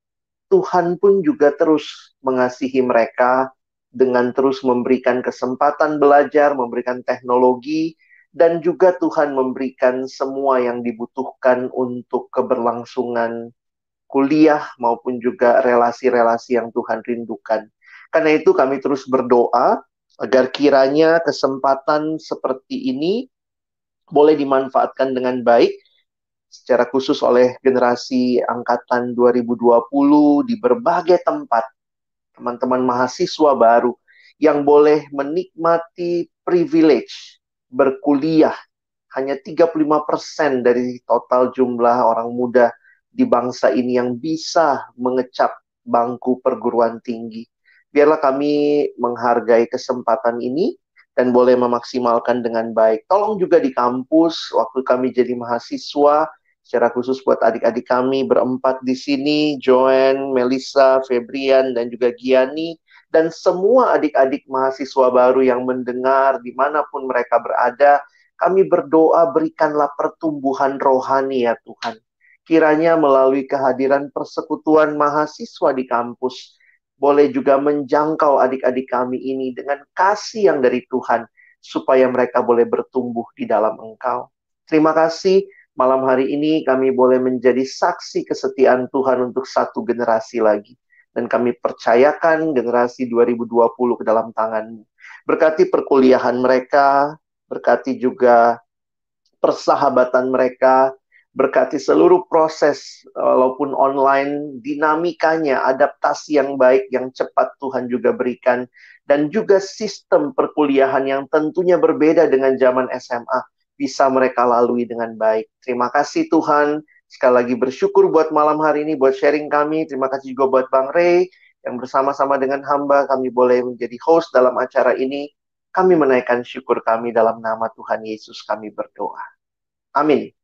Tuhan pun juga terus mengasihi mereka dengan terus memberikan kesempatan belajar, memberikan teknologi, dan juga Tuhan memberikan semua yang dibutuhkan untuk keberlangsungan kuliah maupun juga relasi-relasi yang Tuhan rindukan. Karena itu kami terus berdoa agar kiranya kesempatan seperti ini boleh dimanfaatkan dengan baik, secara khusus oleh generasi angkatan dua ribu dua puluh di berbagai tempat, teman-teman mahasiswa baru yang boleh menikmati privilege berkuliah. Hanya tiga puluh lima persen dari total jumlah orang muda di bangsa ini yang bisa mengecap bangku perguruan tinggi. Biarlah kami menghargai kesempatan ini dan boleh memaksimalkan dengan baik. Tolong juga di kampus, waktu kami jadi mahasiswa, secara khusus buat adik-adik kami berempat di sini, Joen, Melisa, Febrian, dan juga Gianni, dan semua adik-adik mahasiswa baru yang mendengar dimanapun mereka berada, kami berdoa berikanlah pertumbuhan rohani ya Tuhan. Kiranya melalui kehadiran persekutuan mahasiswa di kampus, boleh juga menjangkau adik-adik kami ini dengan kasih yang dari Tuhan, supaya mereka boleh bertumbuh di dalam Engkau. Terima kasih. Malam hari ini kami boleh menjadi saksi kesetiaan Tuhan untuk satu generasi lagi. Dan kami percayakan generasi dua ribu dua puluh ke dalam tangan-Mu. Berkati perkuliahan mereka, berkati juga persahabatan mereka, berkati seluruh proses walaupun online, dinamikanya, adaptasi yang baik, yang cepat Tuhan juga berikan. Dan juga sistem perkuliahan yang tentunya berbeda dengan zaman S M A. Bisa mereka lalui dengan baik. Terima kasih Tuhan. Sekali lagi bersyukur buat malam hari ini, buat sharing kami. Terima kasih juga buat Bang Rey, yang bersama-sama dengan hamba kami boleh menjadi host dalam acara ini. Kami menaikkan syukur kami dalam nama Tuhan Yesus kami berdoa. Amin.